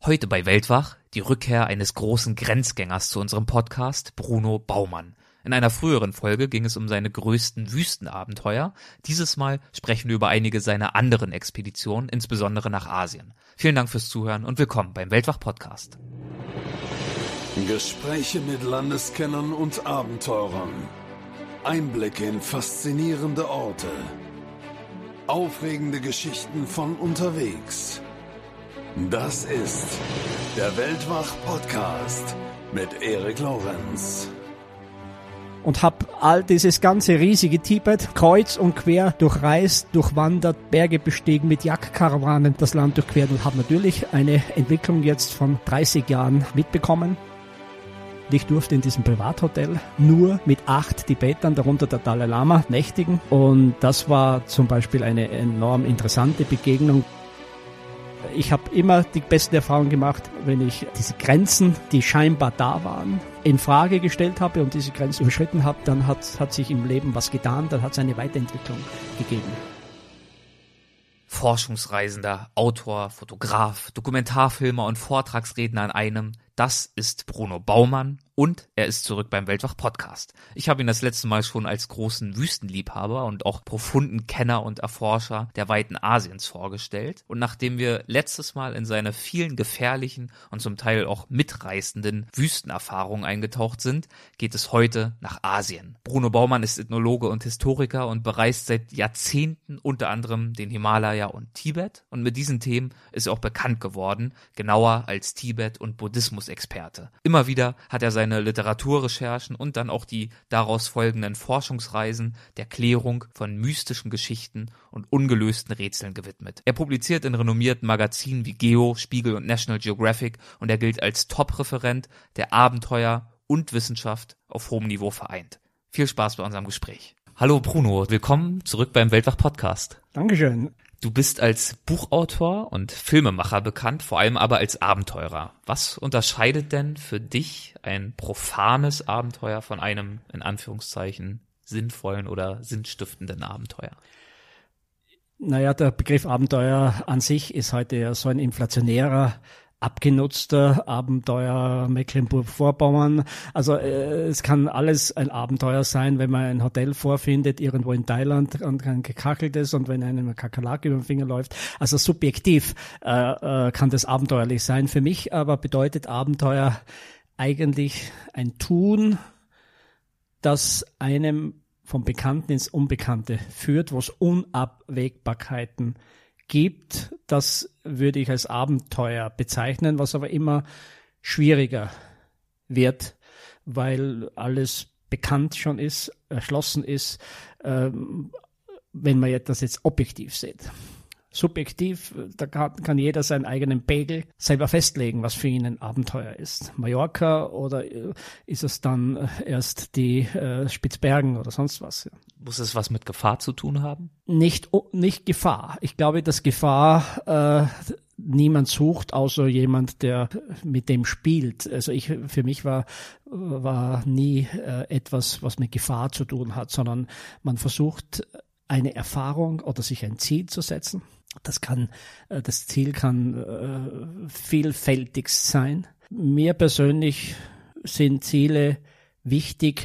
Heute bei Weltwach die Rückkehr eines großen Grenzgängers zu unserem Podcast, Bruno Baumann. In einer früheren Folge ging es um seine größten Wüstenabenteuer. Dieses Mal sprechen wir über einige seiner anderen Expeditionen, insbesondere nach Asien. Vielen Dank fürs Zuhören und willkommen beim Weltwach-Podcast. Gespräche mit Landeskennern und Abenteurern. Einblicke in faszinierende Orte. Aufregende Geschichten von unterwegs. Das ist der Weltwach-Podcast mit Erik Lorenz. Und habe all dieses ganze riesige Tibet kreuz und quer durchreist, durchwandert, Berge bestiegen, mit Jagdkarawanen das Land durchquert und habe natürlich eine Entwicklung jetzt von 30 Jahren mitbekommen. Ich durfte in diesem Privathotel nur mit 8 Tibetern, darunter der Dalai Lama, nächtigen. Und das war zum Beispiel eine enorm interessante Begegnung. Ich habe immer die besten Erfahrungen gemacht, wenn ich diese Grenzen, die scheinbar da waren, in Frage gestellt habe und diese Grenzen überschritten habe, dann hat sich im Leben was getan, dann hat es eine Weiterentwicklung gegeben. Forschungsreisender, Autor, Fotograf, Dokumentarfilmer und Vortragsredner an einem, das ist Bruno Baumann und er ist zurück beim Weltwach-Podcast. Ich habe ihn das letzte Mal schon als großen Wüstenliebhaber und auch profunden Kenner und Erforscher der Weiten Asiens vorgestellt. Und nachdem wir letztes Mal in seine vielen gefährlichen und zum Teil auch mitreißenden Wüstenerfahrungen eingetaucht sind, geht es heute nach Asien. Bruno Baumann ist Ethnologe und Historiker und bereist seit Jahrzehnten unter anderem den Himalaya und Tibet. Und mit diesen Themen ist er auch bekannt geworden, genauer als Tibet- und Buddhismus-Experte. Immer wieder hat er seine Literaturrecherchen und dann auch die daraus folgenden Forschungsreisen der Klärung von mystischen Geschichten und ungelösten Rätseln gewidmet. Er publiziert in renommierten Magazinen wie Geo, Spiegel und National Geographic und er gilt als Top-Referent, der Abenteuer und Wissenschaft auf hohem Niveau vereint. Viel Spaß bei unserem Gespräch. Hallo Bruno, willkommen zurück beim Weltwach-Podcast. Dankeschön. Du bist als Buchautor und Filmemacher bekannt, vor allem aber als Abenteurer. Was unterscheidet denn für dich ein profanes Abenteuer von einem, in Anführungszeichen, sinnvollen oder sinnstiftenden Abenteuer? Naja, der Begriff Abenteuer an sich ist heute ja so ein inflationärer, abgenutzter Abenteuer, Mecklenburg-Vorpommern. Also es kann alles ein Abenteuer sein, wenn man ein Hotel vorfindet, irgendwo in Thailand und ein gekacheltes und wenn einem eine Kakerlake über den Finger läuft. Also subjektiv kann das abenteuerlich sein. Für mich aber bedeutet Abenteuer eigentlich ein Tun, das einem vom Bekannten ins Unbekannte führt, wo es Unabwägbarkeiten gibt. Das würde ich als Abenteuer bezeichnen, was aber immer schwieriger wird, weil alles bekannt schon ist, erschlossen ist, wenn man das jetzt objektiv sieht. Subjektiv, da kann jeder seinen eigenen Pegel selber festlegen, was für ihn ein Abenteuer ist. Mallorca oder ist es dann erst die Spitzbergen oder sonst was? Ja. Muss es was mit Gefahr zu tun haben? Nicht Gefahr. Ich glaube, dass Gefahr niemand sucht, außer jemand, der mit dem spielt. Also für mich war nie etwas, was mit Gefahr zu tun hat, sondern man versucht eine Erfahrung oder sich ein Ziel zu setzen. Das Ziel kann vielfältigst sein. Mir persönlich sind Ziele wichtig,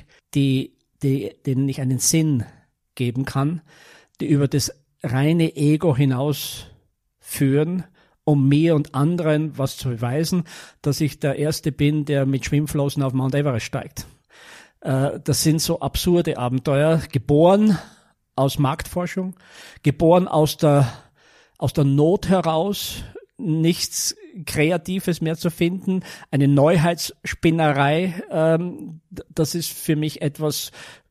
denen ich einen Sinn geben kann, die über das reine Ego hinaus führen, um mir und anderen was zu beweisen, dass ich der Erste bin, der mit Schwimmflossen auf Mount Everest steigt. Das sind so absurde Abenteuer, geboren aus Marktforschung, geboren aus der Not heraus, nichts Kreatives mehr zu finden, eine Neuheitsspinnerei, das ist für mich etwas,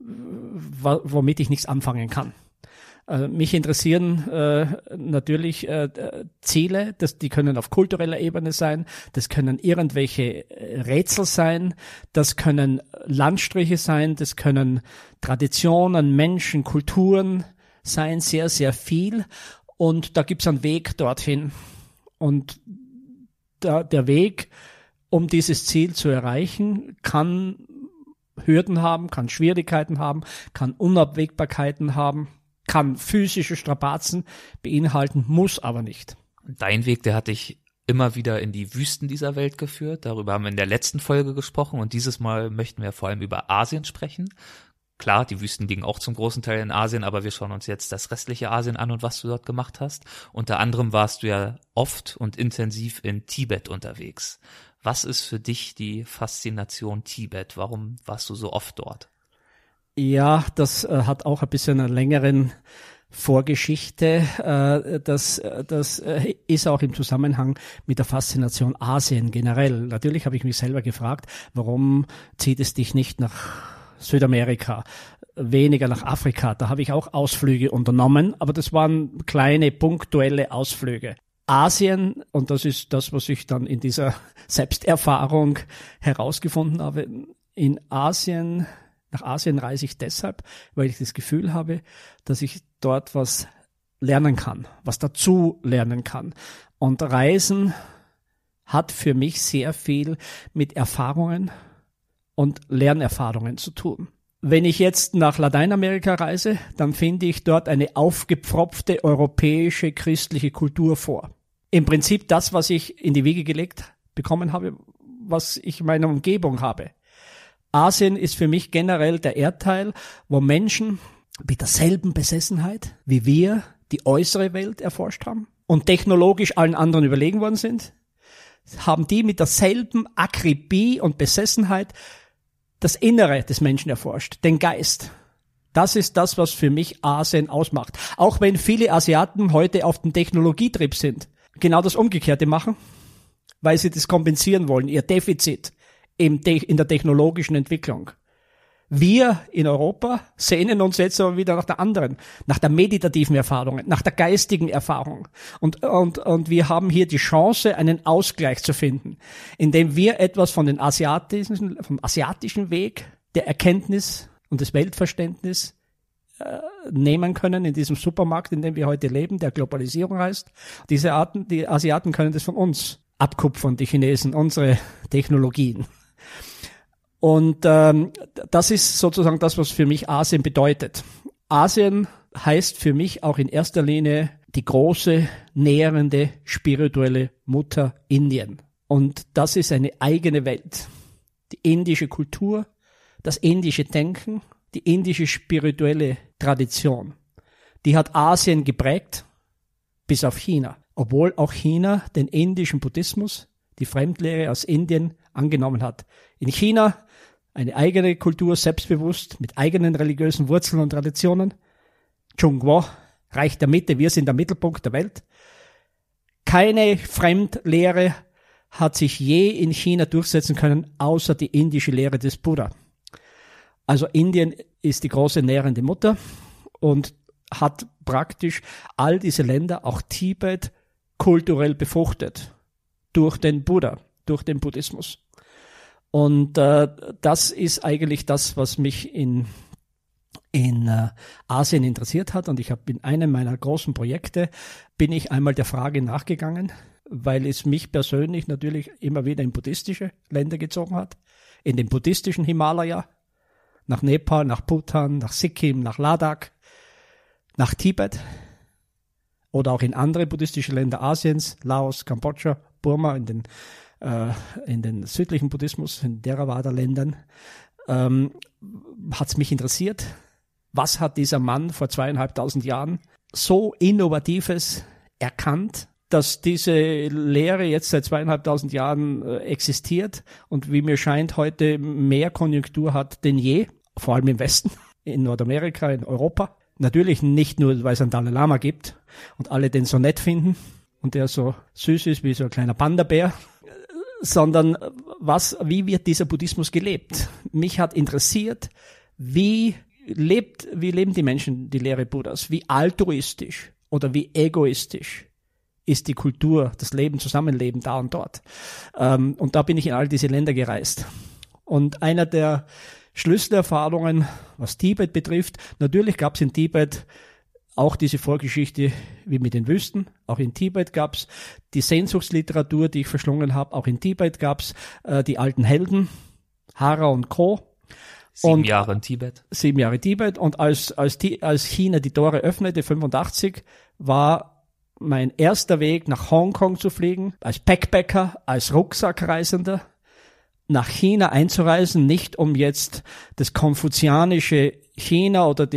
womit ich nichts anfangen kann. Mich interessieren natürlich Ziele, die können auf kultureller Ebene sein, das können irgendwelche Rätsel sein, das können Landstriche sein, das können Traditionen, Menschen, Kulturen sein, sehr, sehr viel. Und da gibt's einen Weg dorthin. Und der Weg, um dieses Ziel zu erreichen, kann Hürden haben, kann Schwierigkeiten haben, kann Unabwägbarkeiten haben, kann physische Strapazen beinhalten, muss aber nicht. Dein Weg, der hat dich immer wieder in die Wüsten dieser Welt geführt. Darüber haben wir in der letzten Folge gesprochen und dieses Mal möchten wir vor allem über Asien sprechen. Klar, die Wüsten liegen auch zum großen Teil in Asien, aber wir schauen uns jetzt das restliche Asien an und was du dort gemacht hast. Unter anderem warst du ja oft und intensiv in Tibet unterwegs. Was ist für dich die Faszination Tibet? Warum warst du so oft dort? Ja, das hat auch ein bisschen einen längeren Vorgeschichte. Das ist auch im Zusammenhang mit der Faszination Asien generell. Natürlich habe ich mich selber gefragt, warum zieht es dich nicht nach Südamerika, weniger nach Afrika? Da habe ich auch Ausflüge unternommen, aber das waren kleine, punktuelle Ausflüge. Asien, und das ist das, was ich dann in dieser Selbsterfahrung herausgefunden habe, nach Asien reise ich deshalb, weil ich das Gefühl habe, dass ich dort was lernen kann, was dazu lernen kann. Und Reisen hat für mich sehr viel mit Erfahrungen und Lernerfahrungen zu tun. Wenn ich jetzt nach Lateinamerika reise, dann finde ich dort eine aufgepfropfte europäische christliche Kultur vor. Im Prinzip das, was ich in die Wiege gelegt bekommen habe, was ich in meiner Umgebung habe. Asien ist für mich generell der Erdteil, wo Menschen mit derselben Besessenheit wie wir die äußere Welt erforscht haben und technologisch allen anderen überlegen worden sind, haben die mit derselben Akribie und Besessenheit das Innere des Menschen erforscht, den Geist. Das ist das, was für mich Asien ausmacht. Auch wenn viele Asiaten heute auf dem Technologietrip sind, genau das Umgekehrte machen, weil sie das kompensieren wollen, ihr Defizit in der technologischen Entwicklung. Wir in Europa sehnen uns jetzt aber wieder nach der meditativen Erfahrung, nach der geistigen Erfahrung. Und wir haben hier die Chance, einen Ausgleich zu finden, indem wir etwas vom asiatischen Weg der Erkenntnis und des Weltverständnisses nehmen können in diesem Supermarkt, in dem wir heute leben, der Globalisierung heißt. Die Asiaten können das von uns abkupfern, die Chinesen, unsere Technologien. Und das ist sozusagen das, was für mich Asien bedeutet. Asien heißt für mich auch in erster Linie die große, nährende, spirituelle Mutter Indien. Und das ist eine eigene Welt. Die indische Kultur, das indische Denken, die indische spirituelle Tradition, die hat Asien geprägt, bis auf China. Obwohl auch China den indischen Buddhismus, die Fremdlehre aus Indien, angenommen hat. In China eine eigene Kultur, selbstbewusst, mit eigenen religiösen Wurzeln und Traditionen. Zhongguo, Reich der Mitte, wir sind der Mittelpunkt der Welt. Keine Fremdlehre hat sich je in China durchsetzen können, außer die indische Lehre des Buddha. Also Indien ist die große nährende Mutter und hat praktisch all diese Länder, auch Tibet, kulturell befruchtet durch den Buddha, durch den Buddhismus. Und das ist eigentlich das, was mich in Asien interessiert hat. Und ich habe in einem meiner großen Projekte, bin ich einmal der Frage nachgegangen, weil es mich persönlich natürlich immer wieder in buddhistische Länder gezogen hat, in den buddhistischen Himalaya, nach Nepal, nach Bhutan, nach Sikkim, nach Ladakh, nach Tibet oder auch in andere buddhistische Länder Asiens, Laos, Kambodscha, Burma, in den südlichen Buddhismus, in Theravada-Ländern, hat es mich interessiert. Was hat dieser Mann vor 2500 Jahren so Innovatives erkannt, dass diese Lehre jetzt seit 2500 Jahren existiert und wie mir scheint heute mehr Konjunktur hat denn je, vor allem im Westen, in Nordamerika, in Europa. Natürlich nicht nur, weil es einen Dalai Lama gibt und alle den so nett finden und der so süß ist wie so ein kleiner Panda-Bär, sondern wie wird dieser Buddhismus gelebt? Mich hat interessiert, wie leben die Menschen die Lehre Buddhas? Wie altruistisch oder wie egoistisch ist die Kultur, das Leben, Zusammenleben da und dort? Und da bin ich in all diese Länder gereist. Und einer der Schlüsselerfahrungen, was Tibet betrifft, natürlich gab es in Tibet auch diese Vorgeschichte wie mit den Wüsten. Auch in Tibet gab es die Sehnsuchtsliteratur, die ich verschlungen habe. Auch in Tibet gab es die alten Helden, Hara und Co. 7 Jahre in Tibet. 7 Jahre Tibet. Und als China die Tore öffnete, 85, war mein erster Weg nach Hongkong zu fliegen, als Backpacker, als Rucksackreisender, nach China einzureisen, nicht um jetzt das konfuzianische China oder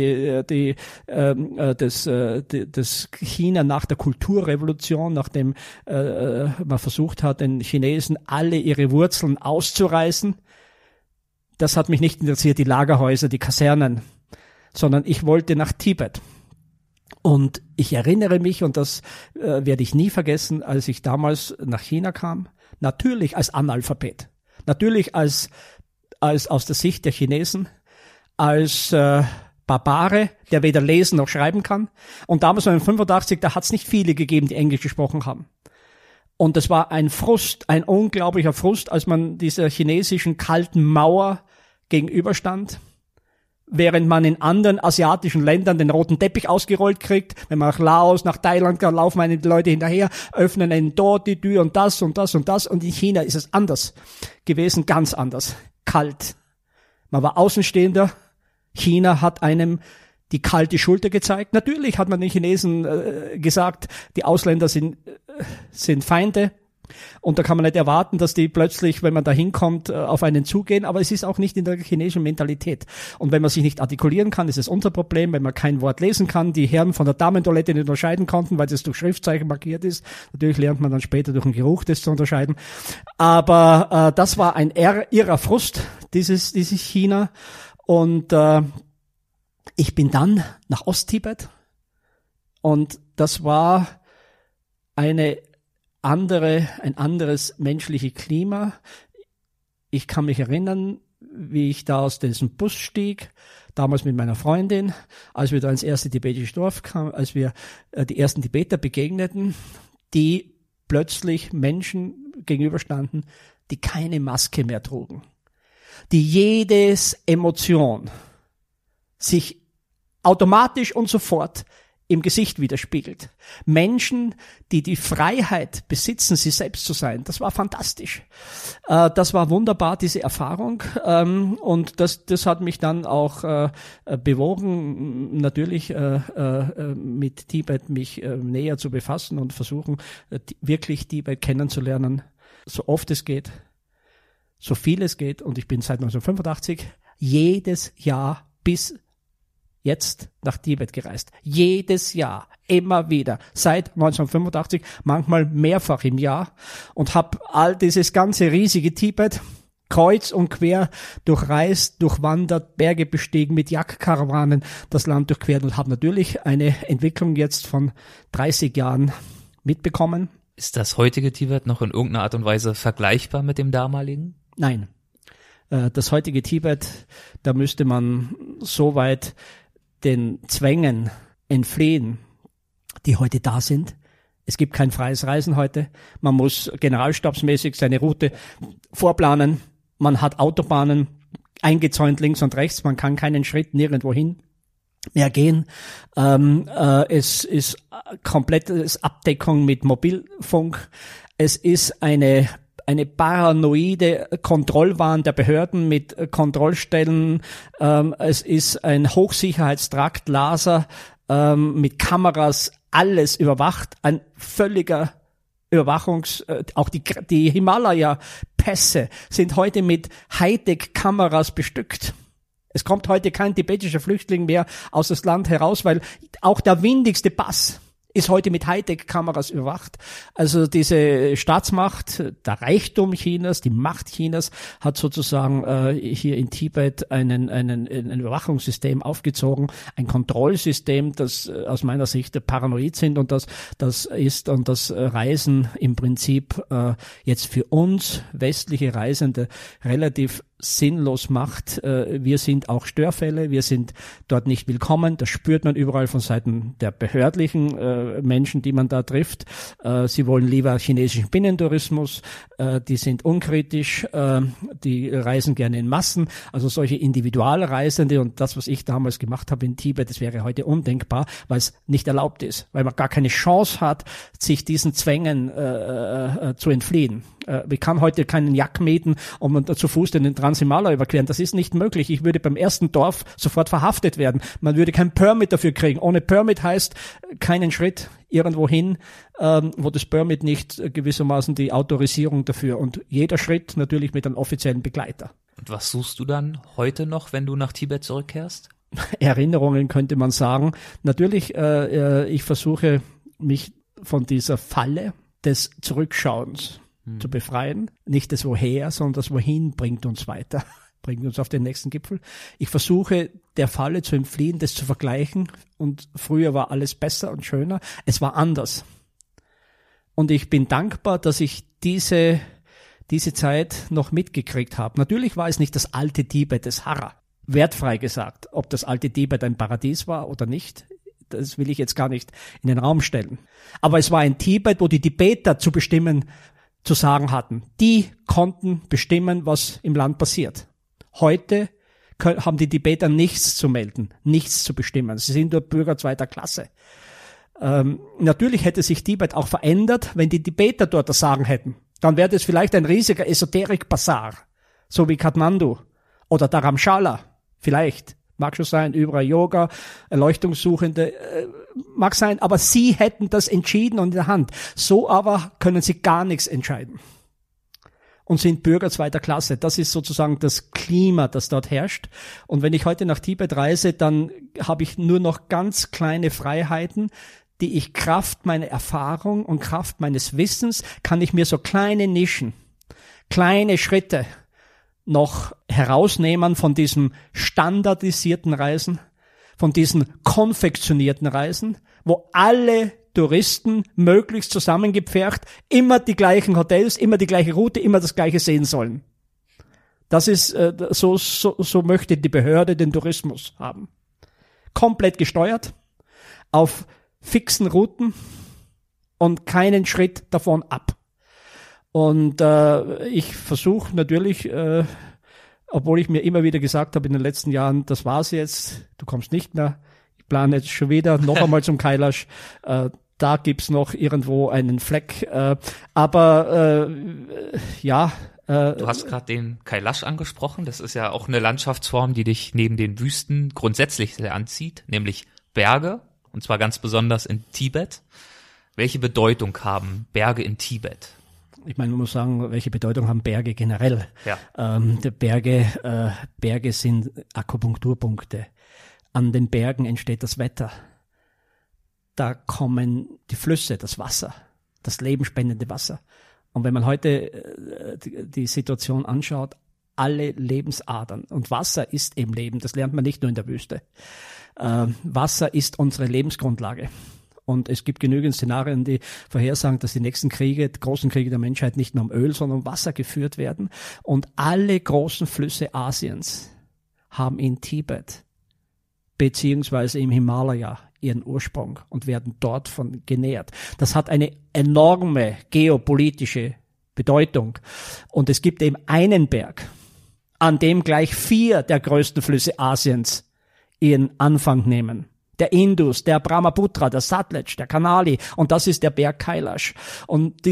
das China nach der Kulturrevolution, nachdem man versucht hat, den Chinesen alle ihre Wurzeln auszureißen. Das hat mich nicht interessiert, die Lagerhäuser, die Kasernen, sondern ich wollte nach Tibet. Und ich erinnere mich, und das werde ich nie vergessen, als ich damals nach China kam, natürlich als Analphabet. Natürlich als aus der Sicht der Chinesen, als Barbare, der weder lesen noch schreiben kann. Und damals 1985, da hat es nicht viele gegeben, die Englisch gesprochen haben. Und das war ein Frust, ein unglaublicher Frust, als man dieser chinesischen kalten Mauer gegenüberstand. Während man in anderen asiatischen Ländern den roten Teppich ausgerollt kriegt, wenn man nach Laos, nach Thailand kann, laufen eine Leute hinterher, öffnen einen dort die Tür und das und das und das. Und in China ist es anders gewesen, ganz anders, kalt. Man war Außenstehender. China hat einem die kalte Schulter gezeigt. Natürlich hat man den Chinesen gesagt, die Ausländer sind Feinde. Und da kann man nicht erwarten, dass die plötzlich, wenn man da hinkommt, auf einen zugehen. Aber es ist auch nicht in der chinesischen Mentalität. Und wenn man sich nicht artikulieren kann, ist es unser Problem. Wenn man kein Wort lesen kann, die Herren von der Damentoilette nicht unterscheiden konnten, weil das durch Schriftzeichen markiert ist. Natürlich lernt man dann später durch den Geruch das zu unterscheiden. Aber das war ein irrer Frust, dieses China. Und ich bin dann nach Osttibet. Und das war ein anderes menschliches Klima. Ich kann mich erinnern, wie ich da aus diesem Bus stieg, damals mit meiner Freundin, als wir da ins erste tibetische Dorf kamen, als wir die ersten Tibeter begegneten, die plötzlich Menschen gegenüberstanden, die keine Maske mehr trugen, die jedes Emotion sich automatisch und sofort im Gesicht widerspiegelt. Menschen, die die Freiheit besitzen, sie selbst zu sein. Das war fantastisch. Das war wunderbar, diese Erfahrung. Und das hat mich dann auch bewogen, natürlich mit Tibet mich näher zu befassen und versuchen, wirklich Tibet kennenzulernen, so oft es geht, so viel es geht. Und ich bin seit 1985 jedes Jahr bis jetzt nach Tibet gereist. Jedes Jahr, immer wieder, seit 1985, manchmal mehrfach im Jahr, und habe all dieses ganze riesige Tibet kreuz und quer durchreist, durchwandert, Berge bestiegen, mit Yak-Karawanen das Land durchquert und habe natürlich eine Entwicklung jetzt von 30 Jahren mitbekommen. Ist das heutige Tibet noch in irgendeiner Art und Weise vergleichbar mit dem damaligen? Nein. Das heutige Tibet, da müsste man so weit den Zwängen entfliehen, die heute da sind. Es gibt kein freies Reisen heute. Man muss generalstabsmäßig seine Route vorplanen. Man hat Autobahnen eingezäunt links und rechts. Man kann keinen Schritt nirgendwo hin mehr gehen. Es ist komplettes Abdeckung mit Mobilfunk. Es ist eine paranoide Kontrollwahn der Behörden mit Kontrollstellen. Es ist ein Hochsicherheitstrakt, Laser mit Kameras, alles überwacht. Ein völliger auch die Himalaya-Pässe sind heute mit Hightech-Kameras bestückt. Es kommt heute kein tibetischer Flüchtling mehr aus das Land heraus, weil auch der windigste Pass ist heute mit Hightech-Kameras überwacht. Also diese Staatsmacht, der Reichtum Chinas, die Macht Chinas hat sozusagen hier in Tibet ein Überwachungssystem aufgezogen, ein Kontrollsystem, das aus meiner Sicht paranoid sind, und das Reisen im Prinzip jetzt für uns westliche Reisende relativ sinnlos macht. Wir sind auch Störfälle, wir sind dort nicht willkommen. Das spürt man überall von Seiten der behördlichen Menschen, die man da trifft. Sie wollen lieber chinesischen Binnentourismus, die sind unkritisch, die reisen gerne in Massen. Also solche Individualreisende, und das, was ich damals gemacht habe in Tibet, das wäre heute undenkbar, weil es nicht erlaubt ist, weil man gar keine Chance hat, sich diesen Zwängen zu entfliehen. Ich kann heute keinen Yak mieten und zu Fuß den Transhimalaya überqueren. Das ist nicht möglich. Ich würde beim ersten Dorf sofort verhaftet werden. Man würde kein Permit dafür kriegen. Ohne Permit heißt keinen Schritt irgendwo hin, wo das Permit nicht gewissermaßen die Autorisierung dafür. Und jeder Schritt natürlich mit einem offiziellen Begleiter. Und was suchst du dann heute noch, wenn du nach Tibet zurückkehrst? Erinnerungen könnte man sagen. Natürlich, ich versuche mich von dieser Falle des Zurückschauens zu befreien. Nicht das Woher, sondern das Wohin bringt uns weiter, bringt uns auf den nächsten Gipfel. Ich versuche der Falle zu entfliehen, das zu vergleichen. Und früher war alles besser und schöner. Es war anders. Und ich bin dankbar, dass ich diese Zeit noch mitgekriegt habe. Natürlich war es nicht das alte Tibet des Hara. Wertfrei gesagt, ob das alte Tibet ein Paradies war oder nicht, das will ich jetzt gar nicht in den Raum stellen. Aber es war ein Tibet, wo die Tibeter zu bestimmen, zu sagen hatten. Die konnten bestimmen, was im Land passiert. Heute haben die Tibeter nichts zu melden, nichts zu bestimmen. Sie sind nur Bürger zweiter Klasse. Natürlich hätte sich Tibet auch verändert, wenn die Tibeter dort das Sagen hätten. Dann wäre das vielleicht ein riesiger Esoterik-Bazar, so wie Kathmandu oder Dharamshala. Vielleicht. Mag schon sein, überall Yoga, Erleuchtungssuchende, mag sein, aber sie hätten das entschieden und in der Hand. So aber können sie gar nichts entscheiden. Und sind Bürger zweiter Klasse. Das ist sozusagen das Klima, das dort herrscht. Und wenn ich heute nach Tibet reise, dann habe ich nur noch ganz kleine Freiheiten, die ich Kraft meiner Erfahrung und Kraft meines Wissens, kann ich mir so kleine Nischen, kleine Schritte noch herausnehmen von diesem standardisierten Reisen, von diesen konfektionierten Reisen, wo alle Touristen möglichst zusammengepfercht immer die gleichen Hotels, immer die gleiche Route, immer das gleiche sehen sollen. Das ist, so möchte die Behörde den Tourismus haben. Komplett gesteuert, auf fixen Routen und keinen Schritt davon ab. Und ich versuche natürlich, obwohl ich mir immer wieder gesagt habe in den letzten Jahren, das war's jetzt, du kommst nicht mehr, ich plane jetzt schon wieder noch einmal zum Kailash, da gibt's noch irgendwo einen Fleck, aber ja. Du hast gerade den Kailash angesprochen, das ist ja auch eine Landschaftsform, die dich neben den Wüsten grundsätzlich sehr anzieht, nämlich Berge, und zwar ganz besonders in Tibet. Welche Bedeutung haben Berge in Tibet? Ich meine, man muss sagen, welche Bedeutung haben Berge generell? Ja. Die Berge sind Akupunkturpunkte. An den Bergen entsteht das Wetter. Da kommen die Flüsse, das Wasser, das lebenspendende Wasser. Und wenn man heute die Situation anschaut, alle Lebensadern, und Wasser ist eben Leben, das lernt man nicht nur in der Wüste. Wasser ist unsere Lebensgrundlage. Und es gibt genügend Szenarien, die vorhersagen, dass die nächsten Kriege, die großen Kriege der Menschheit nicht nur um Öl, sondern um Wasser geführt werden. Und alle großen Flüsse Asiens haben in Tibet beziehungsweise im Himalaya ihren Ursprung und werden dort von genährt. Das hat eine enorme geopolitische Bedeutung. Und es gibt eben einen Berg, an dem gleich 4 der größten Flüsse Asiens ihren Anfang nehmen. Der Indus, der Brahmaputra, der Satluj, der Kanali, und das ist der Berg Kailash. Und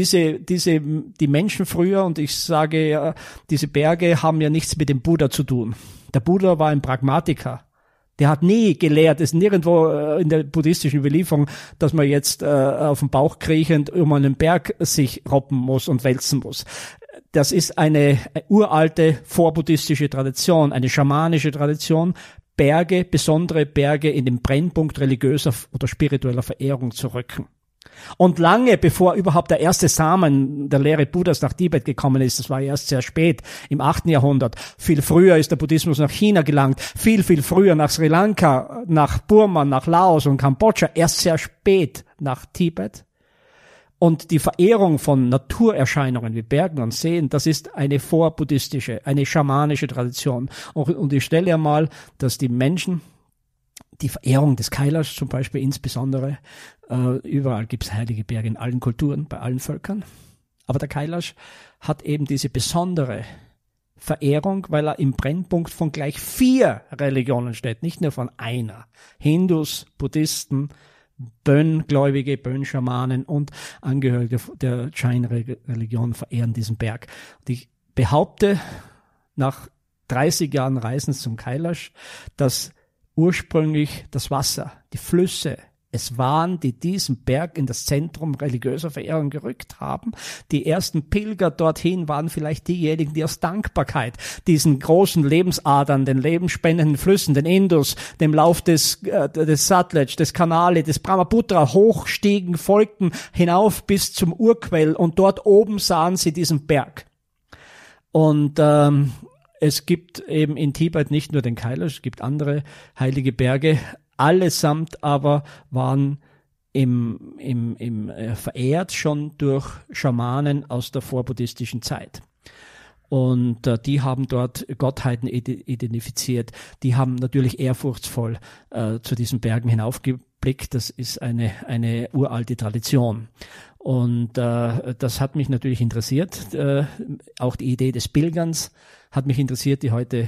die Menschen früher, und ich sage, diese Berge haben ja nichts mit dem Buddha zu tun. Der Buddha war ein Pragmatiker. Der hat nie gelehrt, es ist nirgendwo in der buddhistischen Überlieferung, dass man jetzt auf dem Bauch kriechend um einen Berg sich robben muss und wälzen muss. Das ist eine uralte vorbuddhistische Tradition, eine schamanische Tradition, Berge, besondere Berge in den Brennpunkt religiöser oder spiritueller Verehrung zu rücken. Und lange bevor überhaupt der erste Samen der Lehre Buddhas nach Tibet gekommen ist, das war erst sehr spät, im 8. Jahrhundert, viel früher ist der Buddhismus nach China gelangt, viel, viel früher nach Sri Lanka, nach Burma, nach Laos und Kambodscha, erst sehr spät nach Tibet. Und die Verehrung von Naturerscheinungen wie Bergen und Seen, das ist eine vorbuddhistische, eine schamanische Tradition. Und ich stelle ja mal, dass die Menschen, die Verehrung des Kailash zum Beispiel insbesondere, überall gibt es heilige Berge in allen Kulturen, bei allen Völkern. Aber der Kailash hat eben diese besondere Verehrung, weil er im Brennpunkt von gleich 4 Religionen steht, nicht nur von einer. Hindus, Buddhisten, Bön-Gläubige, Bön-Schamanen und Angehörige der Jain-Religion verehren diesen Berg. Und ich behaupte, nach 30 Jahren Reisens zum Kailash, dass ursprünglich das Wasser, die Flüsse, es waren, die diesen Berg in das Zentrum religiöser Verehrung gerückt haben. Die ersten Pilger dorthin waren vielleicht diejenigen, die aus Dankbarkeit diesen großen Lebensadern, den lebensspendenden Flüssen, den Indus, dem Lauf des Sutlej, des Kanali, des Brahmaputra hochstiegen, folgten hinauf bis zum Urquell und dort oben sahen sie diesen Berg. Und es gibt eben in Tibet nicht nur den Kailash, es gibt andere heilige Berge. Allesamt aber waren verehrt schon durch Schamanen aus der vorbuddhistischen Zeit. Und die haben dort Gottheiten identifiziert. Die haben natürlich ehrfurchtsvoll zu diesen Bergen hinaufgeblickt. Das ist eine uralte Tradition. Und das hat mich natürlich interessiert. Auch die Idee des Pilgerns hat mich interessiert, die heute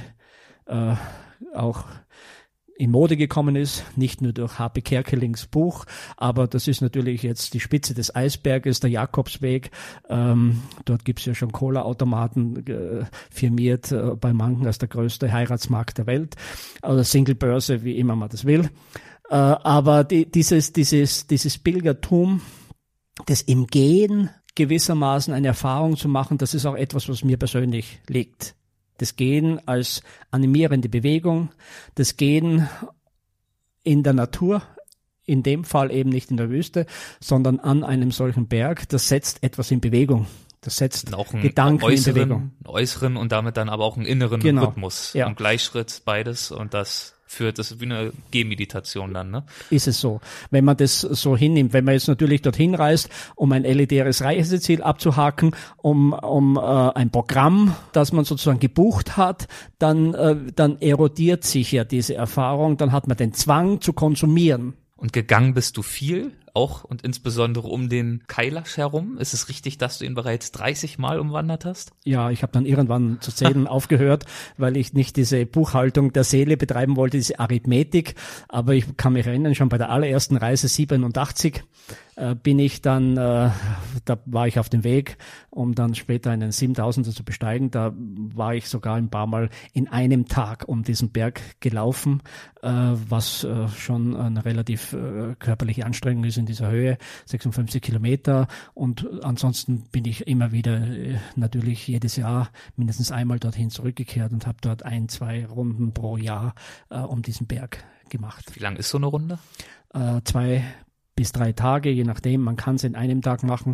auch in Mode gekommen ist, nicht nur durch H.P. Kerkelings Buch, aber das ist natürlich jetzt die Spitze des Eisberges, der Jakobsweg. Dort gibt's ja schon Cola-Automaten, firmiert bei manchen als der größte Heiratsmarkt der Welt, oder Singlebörse, wie immer man das will. Aber dieses Pilgertum, das im Gehen gewissermaßen eine Erfahrung zu machen, das ist auch etwas, was mir persönlich liegt. Das Gehen als animierende Bewegung, das Gehen in der Natur, in dem Fall eben nicht in der Wüste, sondern an einem solchen Berg, das setzt etwas in Bewegung. Das setzt auch einen Gedanken in Bewegung. Einen äußeren und damit dann aber auch einen inneren Rhythmus. Ja. Und Gleichschritt, beides. Und das ist wie eine Gehmeditation dann, ne? Ist es so. Wenn man das so hinnimmt, wenn man jetzt natürlich dorthin reist, um ein elitäres Reiseziel abzuhaken, um ein Programm, das man sozusagen gebucht hat, dann erodiert sich ja diese Erfahrung, dann hat man den Zwang zu konsumieren. Und gegangen bist du viel, auch und insbesondere um den Kailash herum. Ist es richtig, dass du ihn bereits 30 Mal umwandert hast? Ja, ich habe dann irgendwann zu zählen aufgehört, weil ich nicht diese Buchhaltung der Seele betreiben wollte, diese Arithmetik. Aber ich kann mich erinnern, schon bei der allerersten Reise 87 bin ich dann, da war ich auf dem Weg, um dann später einen 7000er zu besteigen. Da war ich sogar ein paar Mal in einem Tag um diesen Berg gelaufen, was schon eine relativ körperliche Anstrengung ist in dieser Höhe, 56 Kilometer. Und ansonsten bin ich immer wieder natürlich jedes Jahr mindestens einmal dorthin zurückgekehrt und habe dort 1-2 Runden pro Jahr um diesen Berg gemacht. Wie lang ist so eine Runde? 2 bis 3 Tage, je nachdem. Man kann es in einem Tag machen.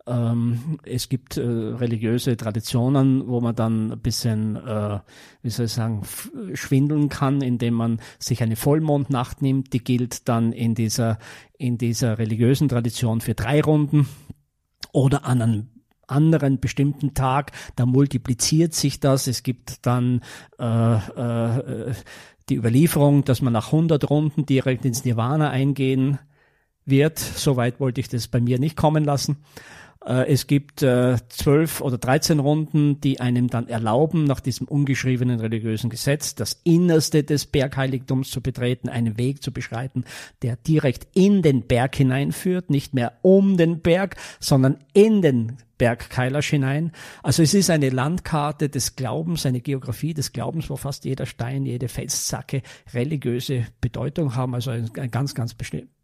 Es gibt religiöse Traditionen, wo man dann ein bisschen, schwindeln kann, indem man sich eine Vollmondnacht nimmt. Die gilt dann in dieser religiösen Tradition für 3 Runden oder an einem anderen bestimmten Tag. Da multipliziert sich das. Es gibt dann die Überlieferung, dass man nach 100 Runden direkt ins Nirvana eingehen wird. Soweit wollte ich das bei mir nicht kommen lassen. Es gibt 12 oder 13 Runden, die einem dann erlauben, nach diesem ungeschriebenen religiösen Gesetz das Innerste des Bergheiligtums zu betreten, einen Weg zu beschreiten, der direkt in den Berg hineinführt, nicht mehr um den Berg, sondern in den Berg Kailash hinein. Also es ist eine Landkarte des Glaubens, eine Geografie des Glaubens, wo fast jeder Stein, jede Felszacke religiöse Bedeutung haben, also ein ganz, ganz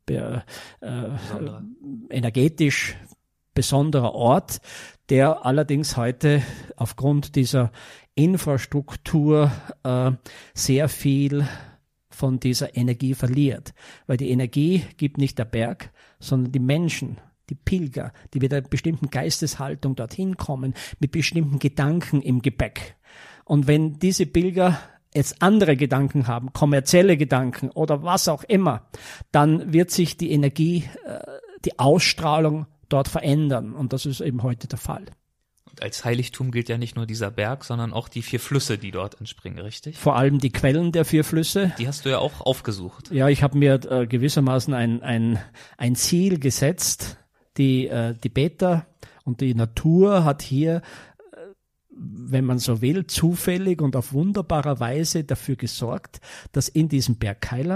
energetisch besonderer Ort, der allerdings heute aufgrund dieser Infrastruktur sehr viel von dieser Energie verliert. Weil die Energie gibt nicht der Berg, sondern die Menschen, die Pilger, die mit einer bestimmten Geisteshaltung dorthin kommen, mit bestimmten Gedanken im Gepäck. Und wenn diese Pilger jetzt andere Gedanken haben, kommerzielle Gedanken oder was auch immer, dann wird sich die Energie, die Ausstrahlung dort verändern. Und das ist eben heute der Fall. Und als Heiligtum gilt ja nicht nur dieser Berg, sondern auch die 4 Flüsse, die dort entspringen, richtig? Vor allem die Quellen der 4 Flüsse. Die hast du ja auch aufgesucht. Ja, ich habe mir gewissermaßen ein Ziel gesetzt. Die Tibeter und die Natur hat hier, wenn man so will, zufällig und auf wunderbarer Weise dafür gesorgt, dass in diesem Berg Kailash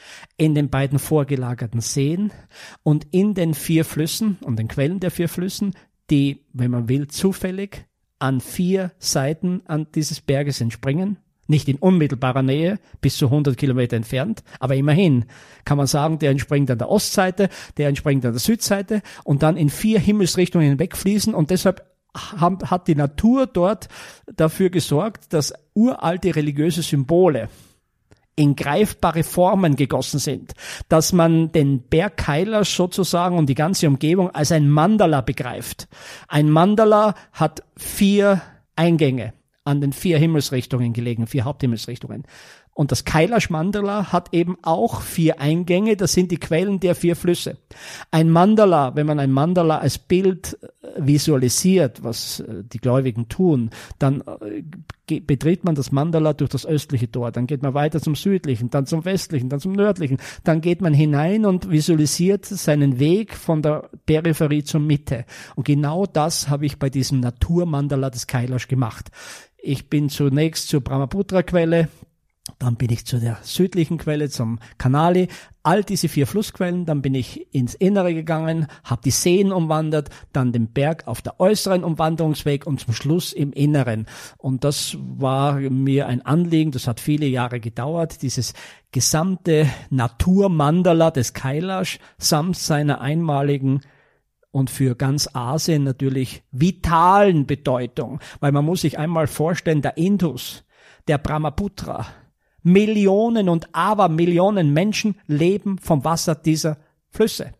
in den beiden vorgelagerten Seen und in den 4 Flüssen und den Quellen der 4 Flüssen, die, wenn man will, zufällig an 4 Seiten an dieses Berges entspringen. Nicht in unmittelbarer Nähe, bis zu 100 Kilometer entfernt, aber immerhin kann man sagen, der entspringt an der Ostseite, der entspringt an der Südseite und dann in 4 Himmelsrichtungen hinwegfließen und deshalb hat die Natur dort dafür gesorgt, dass uralte religiöse Symbole in greifbare Formen gegossen sind, dass man den Berg Kailash sozusagen und die ganze Umgebung als ein Mandala begreift. Ein Mandala hat 4 Eingänge an den 4 Himmelsrichtungen gelegen, 4 Haupthimmelsrichtungen. Und das Kailash-Mandala hat eben auch 4 Eingänge, das sind die Quellen der 4 Flüsse. Ein Mandala, wenn man ein Mandala als Bild visualisiert, was die Gläubigen tun, dann betritt man das Mandala durch das östliche Tor, dann geht man weiter zum südlichen, dann zum westlichen, dann zum nördlichen, dann geht man hinein und visualisiert seinen Weg von der Peripherie zur Mitte. Und genau das habe ich bei diesem Naturmandala des Kailash gemacht. Ich bin zunächst zur Brahmaputra-Quelle, dann bin ich zu der südlichen Quelle, zum Kanali, all diese 4 Flussquellen, dann bin ich ins Innere gegangen, habe die Seen umwandert, dann den Berg auf der äußeren Umwanderungsweg und zum Schluss im Inneren. Und das war mir ein Anliegen, das hat viele Jahre gedauert, dieses gesamte Naturmandala des Kailash samt seiner einmaligen und für ganz Asien natürlich vitalen Bedeutung, weil man muss sich einmal vorstellen, der Indus, der Brahmaputra, Millionen und Abermillionen Menschen leben vom Wasser dieser Flüsse.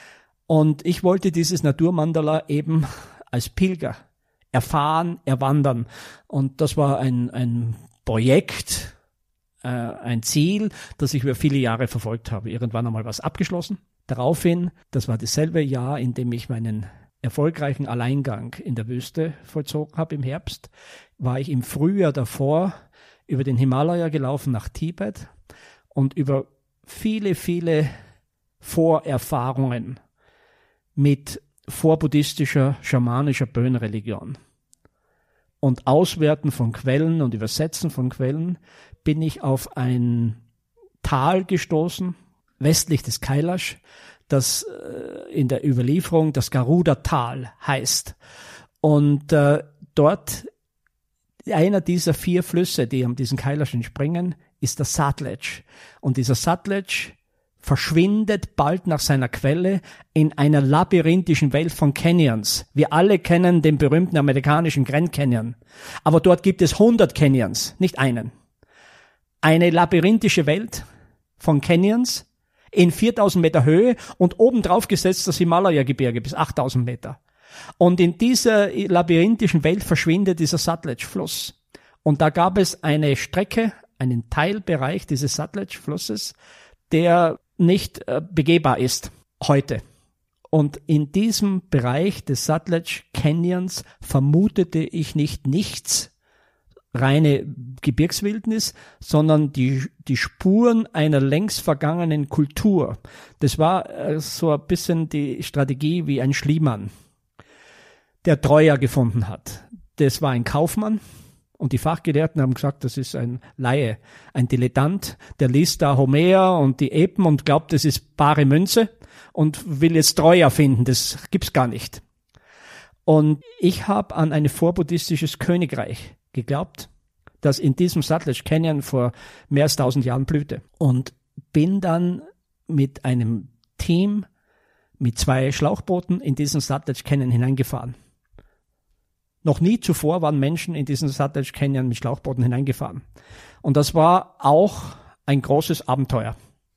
Und ich wollte dieses Naturmandala eben als Pilger erfahren, erwandern. Und das war ein Projekt, ein Ziel, das ich über viele Jahre verfolgt habe. Irgendwann einmal was abgeschlossen. Daraufhin, das war dasselbe Jahr, in dem ich meinen erfolgreichen Alleingang in der Wüste vollzogen habe im Herbst, war ich im Frühjahr davor über den Himalaya gelaufen nach Tibet und über viele, viele Vorerfahrungen mit vorbuddhistischer, schamanischer Bön-Religion. Und Auswerten von Quellen und Übersetzen von Quellen bin ich auf ein Tal gestoßen, westlich des Kailash, das in der Überlieferung das Garuda-Tal heißt. Und dort einer dieser 4 Flüsse, die an diesen Kailash entspringen, ist der Satluj. Und dieser Satluj verschwindet bald nach seiner Quelle in einer labyrinthischen Welt von Canyons. Wir alle kennen den berühmten amerikanischen Grand Canyon. Aber dort gibt es 100 Canyons, nicht einen. Eine labyrinthische Welt von Canyons in 4000 Meter Höhe und obendrauf gesetzt das Himalaya-Gebirge bis 8000 Meter. Und in dieser labyrinthischen Welt verschwindet dieser Satluj-Fluss. Und da gab es eine Strecke, einen Teilbereich dieses Satluj-Flusses, der nicht begehbar ist heute. Und in diesem Bereich des Satluj Canyons vermutete ich nicht nichts, reine Gebirgswildnis, sondern die Spuren einer längst vergangenen Kultur. Das war so ein bisschen die Strategie wie ein Schliemann, der Treuer gefunden hat. Das war ein Kaufmann und die Fachgelehrten haben gesagt, das ist ein Laie, ein Dilettant, der liest da Homer und die Epen und glaubt, das ist bare Münze und will jetzt Treuer finden, das gibt's gar nicht. Und ich habe an ein vorbuddhistisches Königreich geglaubt, das in diesem Satluj Canyon vor mehr als 1000 Jahren blühte. Und bin dann mit einem Team, mit 2 Schlauchbooten in diesen Satluj Canyon hineingefahren. Noch nie zuvor waren Menschen in diesen Satluj Canyon mit Schlauchbooten hineingefahren. Und das war auch ein großes Abenteuer.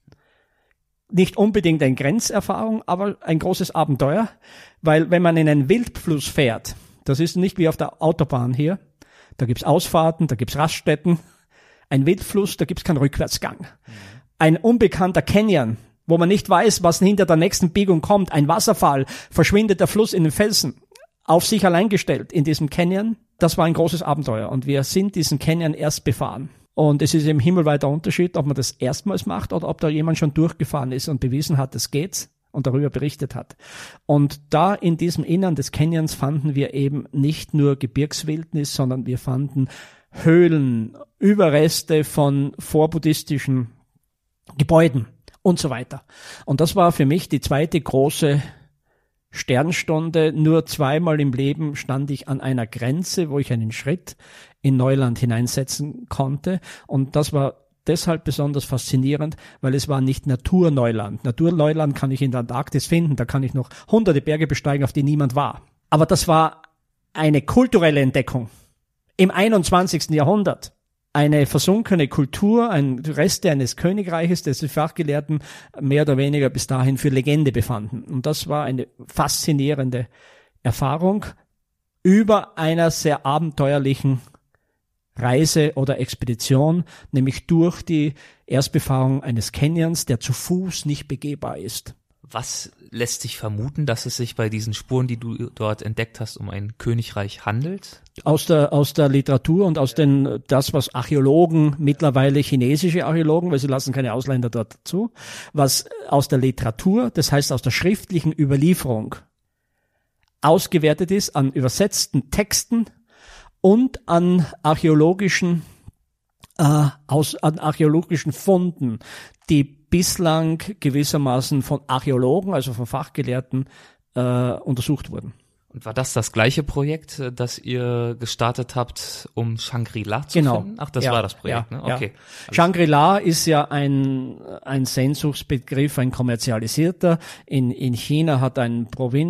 Nicht unbedingt eine Grenzerfahrung, aber ein großes Abenteuer, weil wenn man in einen Wildfluss fährt, das ist nicht wie auf der Autobahn hier, da gibt's Ausfahrten, da gibt's Raststätten, ein Wildfluss, da gibt's keinen Rückwärtsgang. Ein unbekannter Canyon, wo man nicht weiß, was hinter der nächsten Biegung kommt, ein Wasserfall, verschwindet der Fluss in den Felsen, auf sich allein gestellt in diesem Canyon, das war ein großes Abenteuer und wir sind diesen Canyon erst befahren. Und es ist im himmelweiter Unterschied, ob man das erstmals macht oder ob da jemand schon durchgefahren ist und bewiesen hat, das geht und darüber berichtet hat. Und da in diesem Innern des Canyons fanden wir eben nicht nur Gebirgswildnis, sondern wir fanden Höhlen, Überreste von vorbuddhistischen Gebäuden und so weiter. Und das war für mich die zweite große Sternstunde. Nur zweimal im Leben stand ich an einer Grenze, wo ich einen Schritt in Neuland hineinsetzen konnte. Und das war deshalb besonders faszinierend, weil es war nicht Naturneuland. Naturneuland kann ich in der Antarktis finden, da kann ich noch hunderte Berge besteigen, auf die niemand war. Aber das war eine kulturelle Entdeckung im 21. Jahrhundert. Eine versunkene Kultur, Reste eines Königreiches, das die Fachgelehrten mehr oder weniger bis dahin für Legende befanden. Und das war eine faszinierende Erfahrung über einer sehr abenteuerlichen Reise oder Expedition, nämlich durch die Erstbefahrung eines Canyons, der zu Fuß nicht begehbar ist. Was lässt sich vermuten, dass es sich bei diesen Spuren, die du dort entdeckt hast, um ein Königreich handelt? Aus der Literatur und aus das, was Archäologen, mittlerweile chinesische Archäologen, weil sie lassen keine Ausländer dort zu, was aus der Literatur, das heißt aus der schriftlichen Überlieferung ausgewertet ist, an übersetzten Texten und an archäologischen Funden, die bislang gewissermaßen von Archäologen, also von Fachgelehrten, untersucht wurden. Und war das gleiche Projekt, das ihr gestartet habt, um Shangri-La zu finden? Ach, das war das Projekt, ne? Okay. Ja. Shangri-La ist ja ein Sehnsuchtsbegriff, ein kommerzialisierter. In China hat ein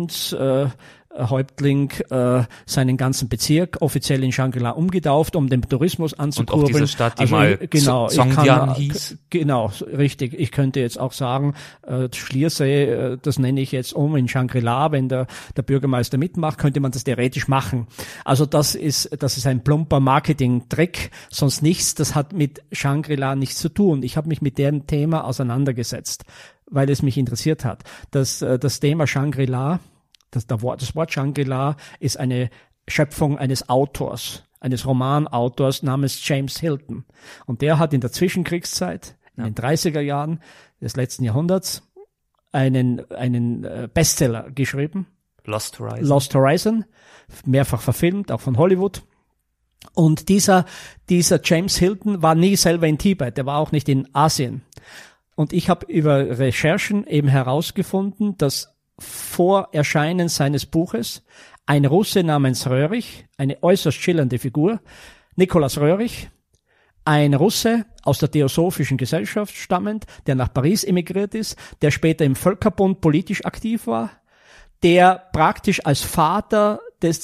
Häuptling seinen ganzen Bezirk offiziell in Shangri-La umgetauft, um den Tourismus anzukurbeln. Und auch diese Stadt, die mal Songjiang hieß? Genau, richtig. Ich könnte jetzt auch sagen, Schliersee, das nenne ich jetzt um in Shangri-La. Wenn der Bürgermeister mitmacht, könnte man das theoretisch machen. Also das ist ein plumper Marketing-Trick, sonst nichts. Das hat mit Shangri-La nichts zu tun. Ich habe mich mit dem Thema auseinandergesetzt, weil es mich interessiert hat. Das Thema Shangri-La, das Wort Shangri-La ist eine Schöpfung eines Romanautors namens James Hilton. Und der hat in der Zwischenkriegszeit, in den 30er Jahren des letzten Jahrhunderts, einen Bestseller geschrieben. Lost Horizon, mehrfach verfilmt, auch von Hollywood. Und dieser James Hilton war nie selber in Tibet, der war auch nicht in Asien. Und ich habe über Recherchen eben herausgefunden, dass vor Erscheinen seines Buches ein Russe namens Röhrig, eine äußerst schillernde Figur, Nikolaus Röhrig, ein Russe aus der Theosophischen Gesellschaft stammend, der nach Paris emigriert ist, der später im Völkerbund politisch aktiv war, der praktisch als Vater